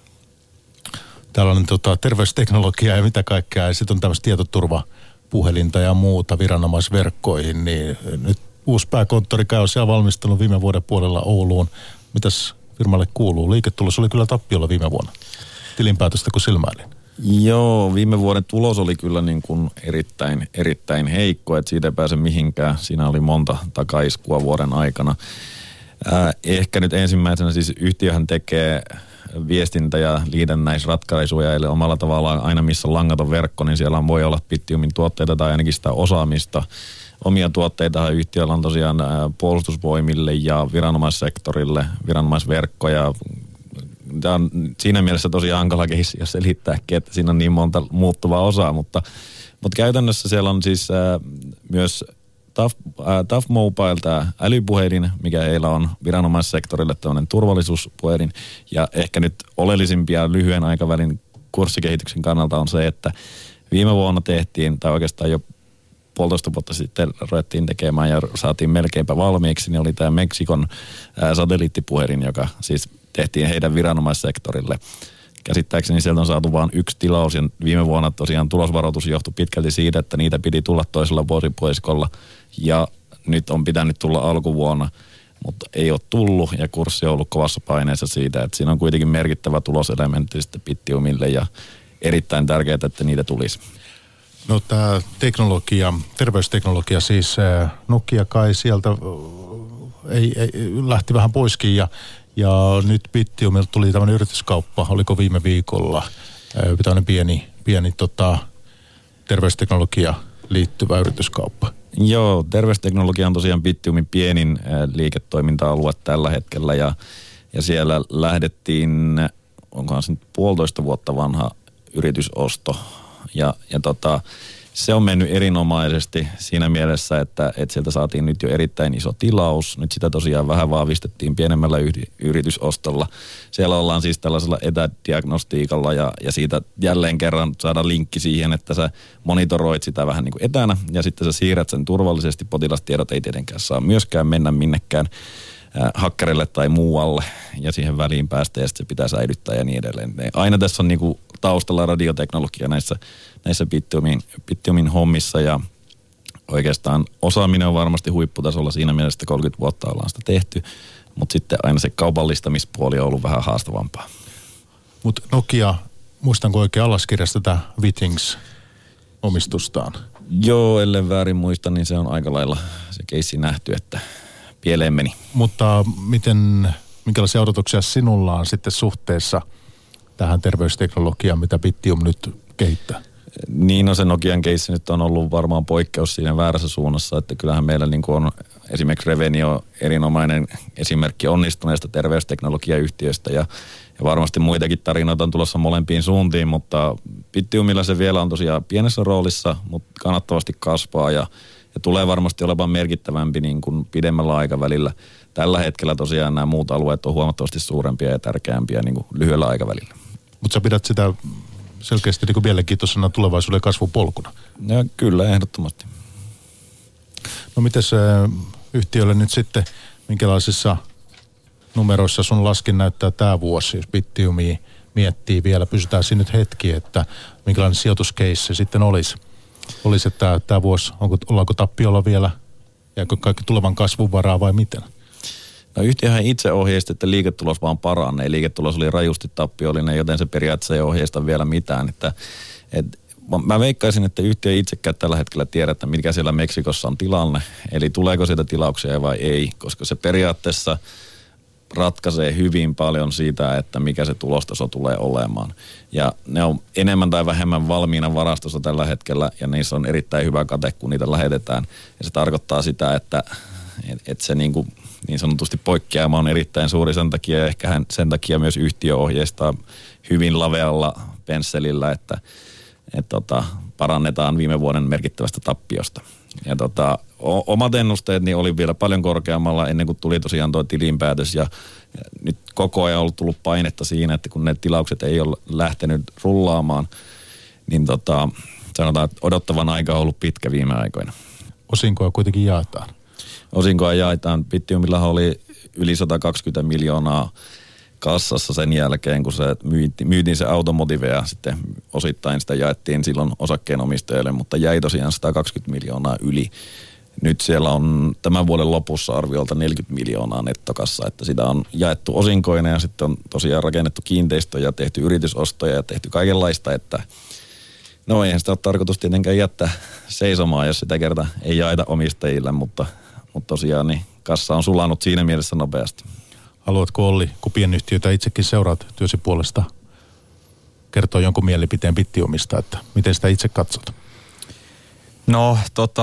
terveysteknologia ja mitä kaikkea. Ja sitten on tämmöistä tietoturvapuhelinta ja muuta viranomaisverkkoihin. Niin nyt uusi pääkonttori käy siellä valmistelun viime vuoden puolella Ouluun. Mitäs firmalle kuuluu? Liiketulos oli kyllä tappiolla viime vuonna. Tilinpäätöstä kun silmäilin. Joo, viime vuoden tulos oli kyllä niin kuin erittäin heikko, että siitä ei pääse mihinkään. Siinä oli monta takaiskua vuoden aikana. Ehkä nyt ensimmäisenä siis yhtiöhän tekee viestintä- ja liitännäisratkaisuja, eli omalla tavallaan aina missä on langaton verkko, niin siellä voi olla Bittiumin tuotteita tai ainakin sitä osaamista. Omia tuotteita yhtiöllä on tosiaan puolustusvoimille ja viranomaissektorille, viranomaisverkkoja. Tämä on siinä mielessä tosi hankala keissi, jos selittääkin, että siinä on niin monta muuttuvaa osaa, mutta käytännössä siellä on siis myös Tough Mobile, tämä älypuhelin, mikä heillä on viranomaissektorille tämmöinen turvallisuuspuhelin. Ja ehkä nyt oleellisimpia lyhyen aikavälin kurssikehityksen kannalta on se, että viime vuonna tehtiin, tai oikeastaan jo 1,5 vuotta sitten ruvettiin tekemään ja saatiin melkeinpä valmiiksi, niin oli tämä Meksikon satelliittipuhelin, joka siis tehtiin heidän viranomaissektorille. Käsittääkseni sieltä on saatu vain yksi tilaus ja viime vuonna tosiaan tulosvaroitus johtui pitkälti siitä, että niitä piti tulla toisella vuosipuoliskolla ja nyt on pitänyt tulla alkuvuonna, mutta ei ole tullut ja kurssi on ollut kovassa paineessa siitä, että siinä on kuitenkin merkittävä tuloselementti sitten Bittiumille ja erittäin tärkeää, että niitä tulisi. No tämä teknologia, terveysteknologia siis, Nokia kai sieltä ei lähti vähän poiskin ja nyt Bittiumilta tuli tämmöinen yrityskauppa, oliko viime viikolla, tämmöinen pieni terveysteknologia liittyvä yrityskauppa. Joo, terveysteknologia on tosiaan Bittiumin pienin liiketoiminta-alue tällä hetkellä ja siellä lähdettiin, onkohan se nyt 1,5 vuotta vanha yritysosto ja se on mennyt erinomaisesti siinä mielessä, että sieltä saatiin nyt jo erittäin iso tilaus. Nyt sitä tosiaan vähän vahvistettiin pienemmällä yritysostolla. Siellä ollaan siis tällaisella etädiagnostiikalla ja siitä jälleen kerran saada linkki siihen, että sä monitoroit sitä vähän niin kuin etänä ja sitten sä siirrät sen turvallisesti. Potilastiedot ei tietenkään saa myöskään mennä minnekään hakkerille tai muualle ja siihen väliin päästä ja sitten se pitää säilyttää ja niin edelleen. Aina tässä on niin kuin taustalla radioteknologia näissä Bittiumin hommissa ja oikeastaan osaaminen on varmasti huipputasolla siinä mielessä, että 30 vuotta ollaan sitä tehty, mutta sitten aina se kaupallistamispuoli on ollut vähän haastavampaa. Mutta Nokia, muistanko oikein alaskirjasta tätä Withings omistustaan? Joo, ellen väärin muista, niin se on aika lailla se keissi nähty, että pieleen meni. Mutta minkälaisia odotuksia sinulla on sitten suhteessa tähän terveysteknologiaan, mitä Bittium nyt kehittää? Niin, no se Nokian keissi nyt on ollut varmaan poikkeus siinä väärässä suunnassa, että kyllähän meillä niin kuin on esimerkiksi Revenio erinomainen esimerkki onnistuneesta terveysteknologiayhtiöstä ja varmasti muitakin tarinoita on tulossa molempiin suuntiin, mutta Bittiumilla se vielä on tosiaan pienessä roolissa, mutta kannattavasti kasvaa ja tulee varmasti olemaan merkittävämpi niin kuin pidemmällä aikavälillä. Tällä hetkellä tosiaan nämä muut alueet on huomattavasti suurempia ja tärkeämpiä niin kuin lyhyellä aikavälillä. Mutta sä pidät sitä selkeästi niin kuin mielenkiintoisena tulevaisuuden kasvupolkuna. Ja kyllä, ehdottomasti. No miten se yhtiölle nyt sitten, minkälaisissa numeroissa sun laskin näyttää tämä vuosi, jos Bittiumia miettii vielä, pysytään siinä nyt hetki, että minkälainen sijoituskeissi sitten olisi, että tämä vuosi, ollaanko tappiolla vielä, jääkö kaikki tulevan kasvun varaa vai miten? No yhtiöhän itse ohjeisti, että liiketulos vaan paranee. Liiketulos oli rajusti tappiollinen, joten se periaatteessa ei ohjeista vielä mitään. Mä veikkaisin, että yhtiö ei itsekään tällä hetkellä tiedä, että mikä siellä Meksikossa on tilanne. Eli tuleeko sieltä tilauksia vai ei, koska se periaatteessa ratkaisee hyvin paljon siitä, että mikä se tulostaso tulee olemaan. Ja ne on enemmän tai vähemmän valmiina varastossa tällä hetkellä ja niissä on erittäin hyvä kate, kun niitä lähetetään. Ja se tarkoittaa sitä, että se niin sanotusti poikkeama on erittäin suuri sen takia ja ehkä sen takia myös yhtiö ohjeistaa hyvin lavealla pensselillä, että parannetaan viime vuoden merkittävästä tappiosta. Ja omat ennusteet niin oli vielä paljon korkeammalla ennen kuin tuli tosiaan tuo tilinpäätös ja nyt koko ajan on tullut painetta siinä, että kun ne tilaukset ei ole lähtenyt rullaamaan, niin sanotaan, että odottavan aika on ollut pitkä viime aikoina. Osinkoa kuitenkin jaetaan. Osinkoa jaetaan. Bittiumillahan oli yli 120 miljoonaa kassassa sen jälkeen, kun se myytiin se Automotive ja sitten osittain sitä jaettiin silloin osakkeenomistajille, mutta jäi tosiaan 120 miljoonaa yli. Nyt siellä on tämän vuoden lopussa arviolta 40 miljoonaa nettokassa, että sitä on jaettu osinkoina ja sitten on tosiaan rakennettu kiinteistöjä, tehty yritysostoja ja tehty kaikenlaista, että no eihän sitä ole tarkoitus tietenkään jättää seisomaan, jos sitä kerta ei jaeta omistajille, mutta tosiaan niin kassa on sulanut siinä mielessä nopeasti. Haluatko Olli, kun pienyhtiöitä itsekin seuraat työsi puolesta, kertoa jonkun mielipiteen Bittiumista, että miten sitä itse katsot? No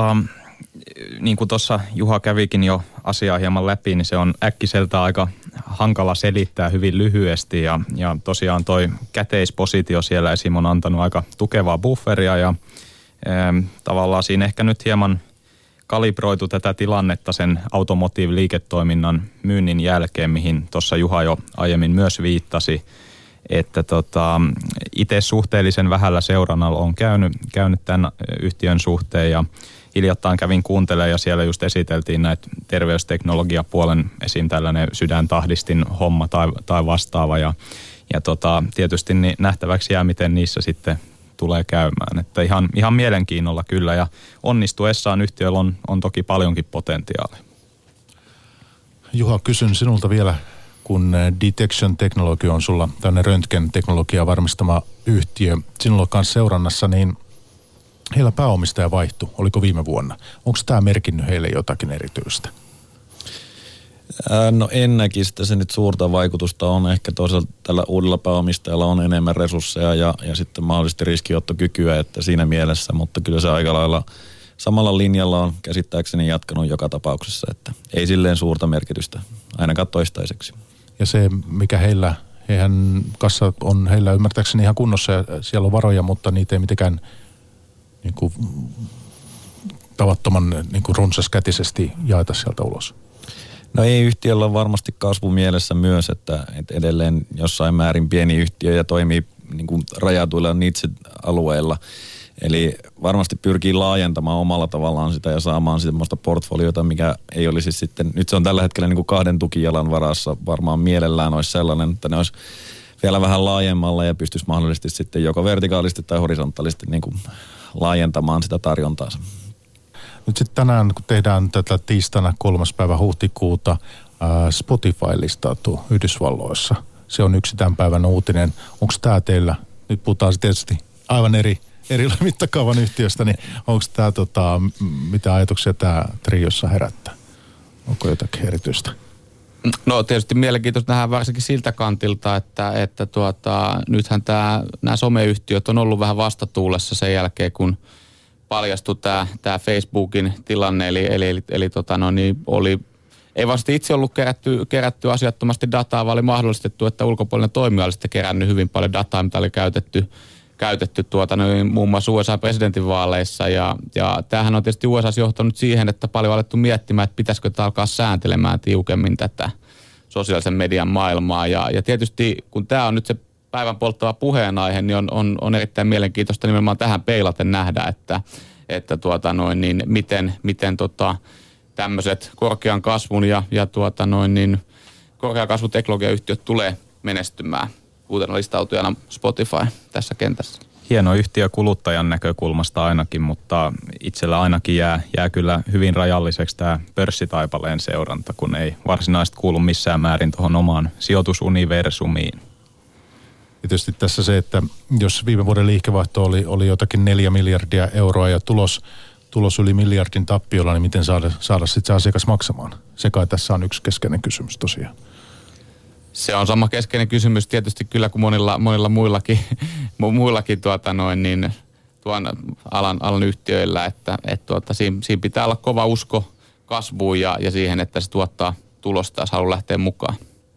niin kuin tuossa Juha kävikin jo asiaa hieman läpi, niin se on äkkiseltä aika hankala selittää hyvin lyhyesti ja tosiaan toi käteispositio siellä esim. On antanut aika tukevaa bufferia ja tavallaan siinä ehkä nyt hieman kalibroitu tätä tilannetta sen Automotive-liiketoiminnan myynnin jälkeen, mihin tuossa Juha jo aiemmin myös viittasi, että itse suhteellisen vähällä seurannalla on käynyt tämän yhtiön suhteen hiljattain kävin kuuntelemaan ja siellä just esiteltiin näitä terveysteknologiapuolen esim. Tällainen sydäntahdistin homma tai vastaava ja tietysti niin nähtäväksi jää, miten niissä sitten tulee käymään. Että ihan mielenkiinnolla kyllä ja onnistuessaan yhtiöllä on toki paljonkin potentiaalia. Juha, kysyn sinulta vielä, kun Detection Technology on sulla tämmöinen röntgen-teknologia varmistama yhtiö sinulla kanssa seurannassa, niin heillä pääomistaja vaihtui, oliko viime vuonna? Onko tämä merkinnyt heille jotakin erityistä? No en näkisi, että se nyt suurta vaikutusta on. Ehkä toisaalta tällä uudella pääomistajalla on enemmän resursseja ja sitten mahdollisesti riskiottokykyä, että siinä mielessä, mutta kyllä se aika lailla samalla linjalla on käsittääkseni jatkanut joka tapauksessa, että ei silleen suurta merkitystä, ainakaan toistaiseksi. Ja se, mikä heidän kassa on heillä ymmärtääkseni ihan kunnossa ja siellä on varoja, mutta niitä ei mitenkään niin kuin, tavattoman niin kuin runsaskätisesti jaeta sieltä ulos. No ei, yhtiöllä on varmasti kasvu mielessä myös, että edelleen jossain määrin pieni yhtiö ja toimii niin kuin rajatuilla niitse alueilla. Eli varmasti pyrkii laajentamaan omalla tavallaan sitä ja saamaan semmoista portfoliota, mikä ei olisi sitten, nyt se on tällä hetkellä niin kuin 2 tukijalan varassa, varmaan mielellään olisi sellainen, että ne olisi vielä vähän laajemmalla ja pystyisi mahdollisesti sitten joko vertikaalisesti tai horisontaalisesti niin kuin laajentamaan sitä tarjontaansa. Nyt sitten tänään, kun tehdään tätä tiistaina 3. päivä huhtikuuta, Spotify listautuu Yhdysvalloissa. Se on yksi tämän päivän uutinen. Onko tämä teillä, nyt puhutaan tietysti aivan eri mittakaavan yhtiöstä, niin onko tämä, mitä ajatuksia tämä Triossa herättää? Onko jotakin erityistä? No tietysti mielenkiintoista nähdään varsinkin siltä kantilta, että nythän nämä someyhtiöt on ollut vähän vastatuulessa sen jälkeen, kun paljastui tämä Facebookin tilanne, ei vasta itse ollut kerätty asiattomasti dataa, vaan oli mahdollistettu, että ulkopuolinen toimija oli sitten kerännyt hyvin paljon dataa, mitä oli käytetty muun muassa USA-presidentinvaaleissa. Ja tämähän on tietysti USA:ssa johtanut siihen, että paljon on alettu miettimään, että pitäisikö alkaa sääntelemään tiukemmin tätä sosiaalisen median maailmaa. Ja tietysti kun tämä on nyt se päivän polttava puheenaihe, niin on erittäin mielenkiintoista nimenomaan tähän peilaten nähdä, että miten tämmöiset korkean kasvun ja korkean kasvun teknologiayhtiöt tulee menestymään uutena listautujana Spotify tässä kentässä. Hieno yhtiö kuluttajan näkökulmasta ainakin, mutta itsellä ainakin jää kyllä hyvin rajalliseksi tämä pörssitaipaleen seuranta, kun ei varsinaisesti kuulu missään määrin tuohon omaan sijoitusuniversumiin. Ja tietysti tässä se, että jos viime vuoden liikevaihto oli jotakin 4 miljardia euroa ja tulos yli miljardin tappiolla, niin miten saada sitten se asiakas maksamaan? Se kai tässä on yksi keskeinen kysymys tosiaan. Se on sama keskeinen kysymys tietysti kyllä kuin monilla muillakin tuon alan yhtiöillä, että siinä pitää olla kova usko kasvuun ja siihen, että se tuottaa tulosta, jos haluaa lähteä mukaan.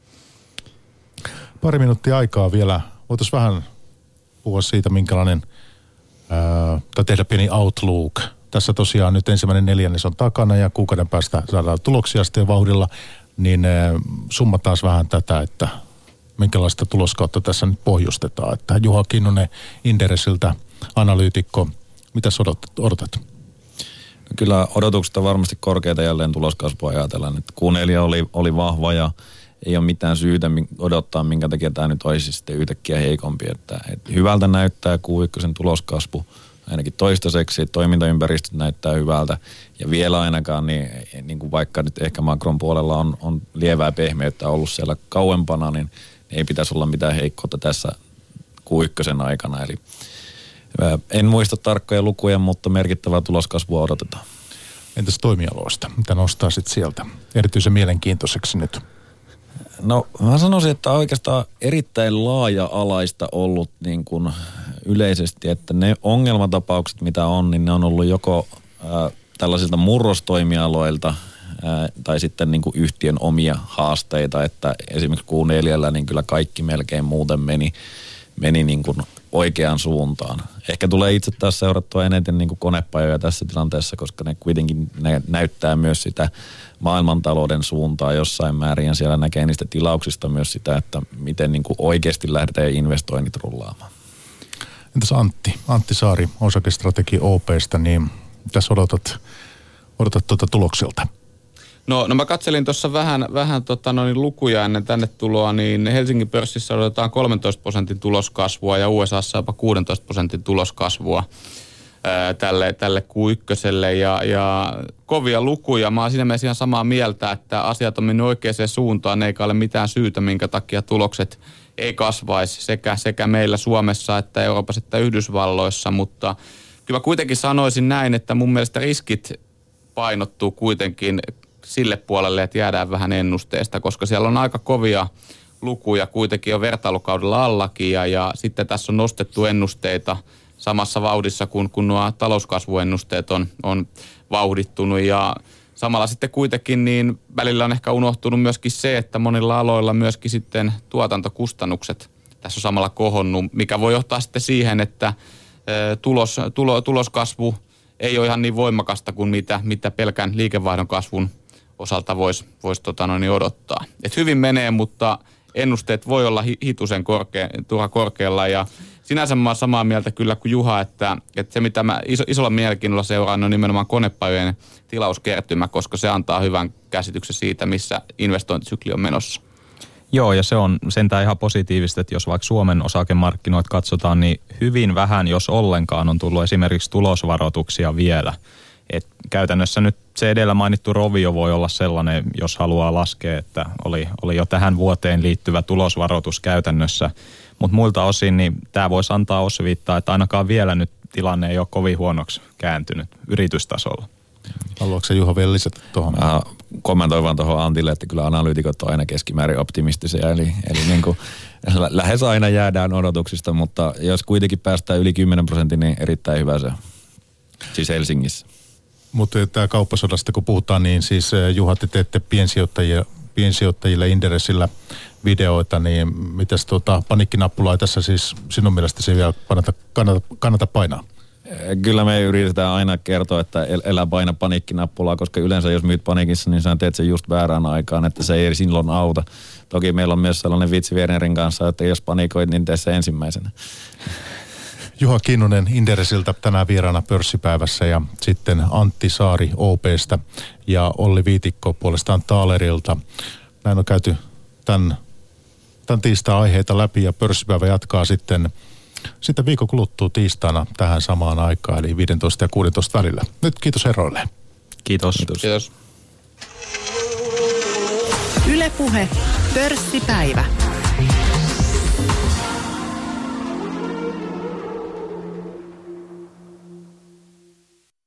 Pari minuuttia aikaa vielä. Voitaisiin vähän puhua siitä, minkälainen, tai tehdä pieni outlook. Tässä tosiaan nyt 1.4. on takana ja kuukauden päästä saadaan tuloksia sitten vauhdilla, niin summataan vähän tätä, että minkälaista tuloskautta tässä nyt pohjustetaan. Että Juha Kinnunen Inderesiltä, analyytikko, mitä odotat? No kyllä odotukset on varmasti korkeita jälleen tuloskasvua ajatellaan, että Q4 oli vahva ja ei ole mitään syytä odottaa, minkä takia tämä nyt olisi sitten yhtäkkiä heikompi. Että hyvältä näyttää Q1 tuloskasvu, ainakin toistaiseksi, toimintaympäristöt näyttää hyvältä. Ja vielä ainakaan, niin kuin vaikka nyt ehkä makron puolella on lievää pehmeyttä ollut siellä kauempana, niin ei pitäisi olla mitään heikkoutta tässä Q1 aikana. Eli en muista tarkkoja lukuja, mutta merkittävää tuloskasvua odotetaan. Entäs toimialoista? Mitä nostaa sitten sieltä erityisen mielenkiintoiseksi nyt? No mä sanoisin, että oikeastaan erittäin laaja-alaista ollut niin kuin yleisesti, että ne ongelmatapaukset mitä on, niin ne on ollut joko tällaisilta murrostoimialoilta tai sitten niin kuin yhtiön omia haasteita, että esimerkiksi Q4 niin kyllä kaikki melkein muuten meni niin kuin oikeaan suuntaan. Ehkä tulee itse taas seurattua eniten niin kuin konepajoja tässä tilanteessa, koska ne kuitenkin näyttää myös sitä maailmantalouden suuntaa jossain määrin ja siellä näkee niistä tilauksista myös sitä, että miten niin kuin oikeasti lähdetään investoinnit rullaamaan. Entäs Antti Saari, osakestrategi OP:stä, niin Tässä odotat tulokselta? No mä katselin tuossa vähän lukuja ennen tänne tuloa, niin Helsingin pörssissä odotetaan 13% tuloskasvua ja USAssa jopa 16% tuloskasvua tälle Q1:lle ja kovia lukuja. Mä oon siinä mielessä ihan samaa mieltä, että asiat on mennyt oikeaan suuntaan, eikä ole mitään syytä, minkä takia tulokset ei kasvaisi sekä meillä Suomessa että Euroopassa että Yhdysvalloissa, mutta kyllä mä kuitenkin sanoisin näin, että mun mielestä riskit painottuu kuitenkin sille puolelle, että jäädään vähän ennusteesta, koska siellä on aika kovia lukuja kuitenkin jo vertailukaudella allakin ja sitten tässä on nostettu ennusteita samassa vauhdissa, kun nuo talouskasvuennusteet on vauhdittunut ja samalla sitten kuitenkin niin välillä on ehkä unohtunut myöskin se, että monilla aloilla myöskin sitten tuotantokustannukset tässä on samalla kohonnut, mikä voi johtaa sitten siihen, että tuloskasvu ei ole ihan niin voimakasta kuin mitä pelkän liikevaihdon kasvun osalta voisi odottaa. Et hyvin menee, mutta ennusteet voi olla hitusen korkealla ja sinänsä mä oon samaa mieltä kyllä kuin Juha, että se mitä mä isolla mielenkiinnolla seuraan on nimenomaan konepajojen tilauskertymä, koska se antaa hyvän käsityksen siitä, missä investointisykli on menossa. Joo, ja se on sentään ihan positiivista, että jos vaikka Suomen osakemarkkinoita katsotaan, niin hyvin vähän, jos ollenkaan, on tullut esimerkiksi tulosvaroituksia vielä. Et käytännössä nyt se edellä mainittu rovio voi olla sellainen, jos haluaa laskea, että oli jo tähän vuoteen liittyvä tulosvaroitus käytännössä. Mutta muilta osin niin tämä voisi antaa osviittaa, että ainakaan vielä nyt tilanne ei ole kovin huonoksi kääntynyt yritystasolla. Haluatko se Juha vielä lisätä tuohon? Kommentoin vaan tuohon Antille, että kyllä analyytikot on aina keskimäärin optimistisia, eli niin kuin lähes aina jäädään odotuksista, mutta jos kuitenkin päästään yli 10%, niin erittäin hyvä se on. Siis Helsingissä. Mutta tämä kauppasodasta kun puhutaan, niin siis Juha, te teette piensijoittajille Inderesillä videoita, niin mitäs paniikkinappulaa tässä siis sinun mielestä se vielä kannata painaa? Kyllä me yritetään aina kertoa, että elää paina paniikkinappulaa, koska yleensä jos myyt paniikissa, niin sä teet sen just väärään aikaan, että se ei silloin auta. Toki meillä on myös sellainen vitsi Wernerin kanssa, että jos panikoit, niin tee se ensimmäisenä. Juha Kinnunen Inderesiltä tänään vieraana pörssipäivässä ja sitten Antti Saari OP:stä ja Olli Viitikko puolestaan Taalerilta. Näin on käyty tämän tiistain aiheita läpi ja pörssipäivä jatkaa sitten viikon kuluttua tiistaina tähän samaan aikaan, eli 15 ja 16 välillä. Nyt kiitos herroille. Kiitos. Kiitos. Yle Puhe, pörssipäivä.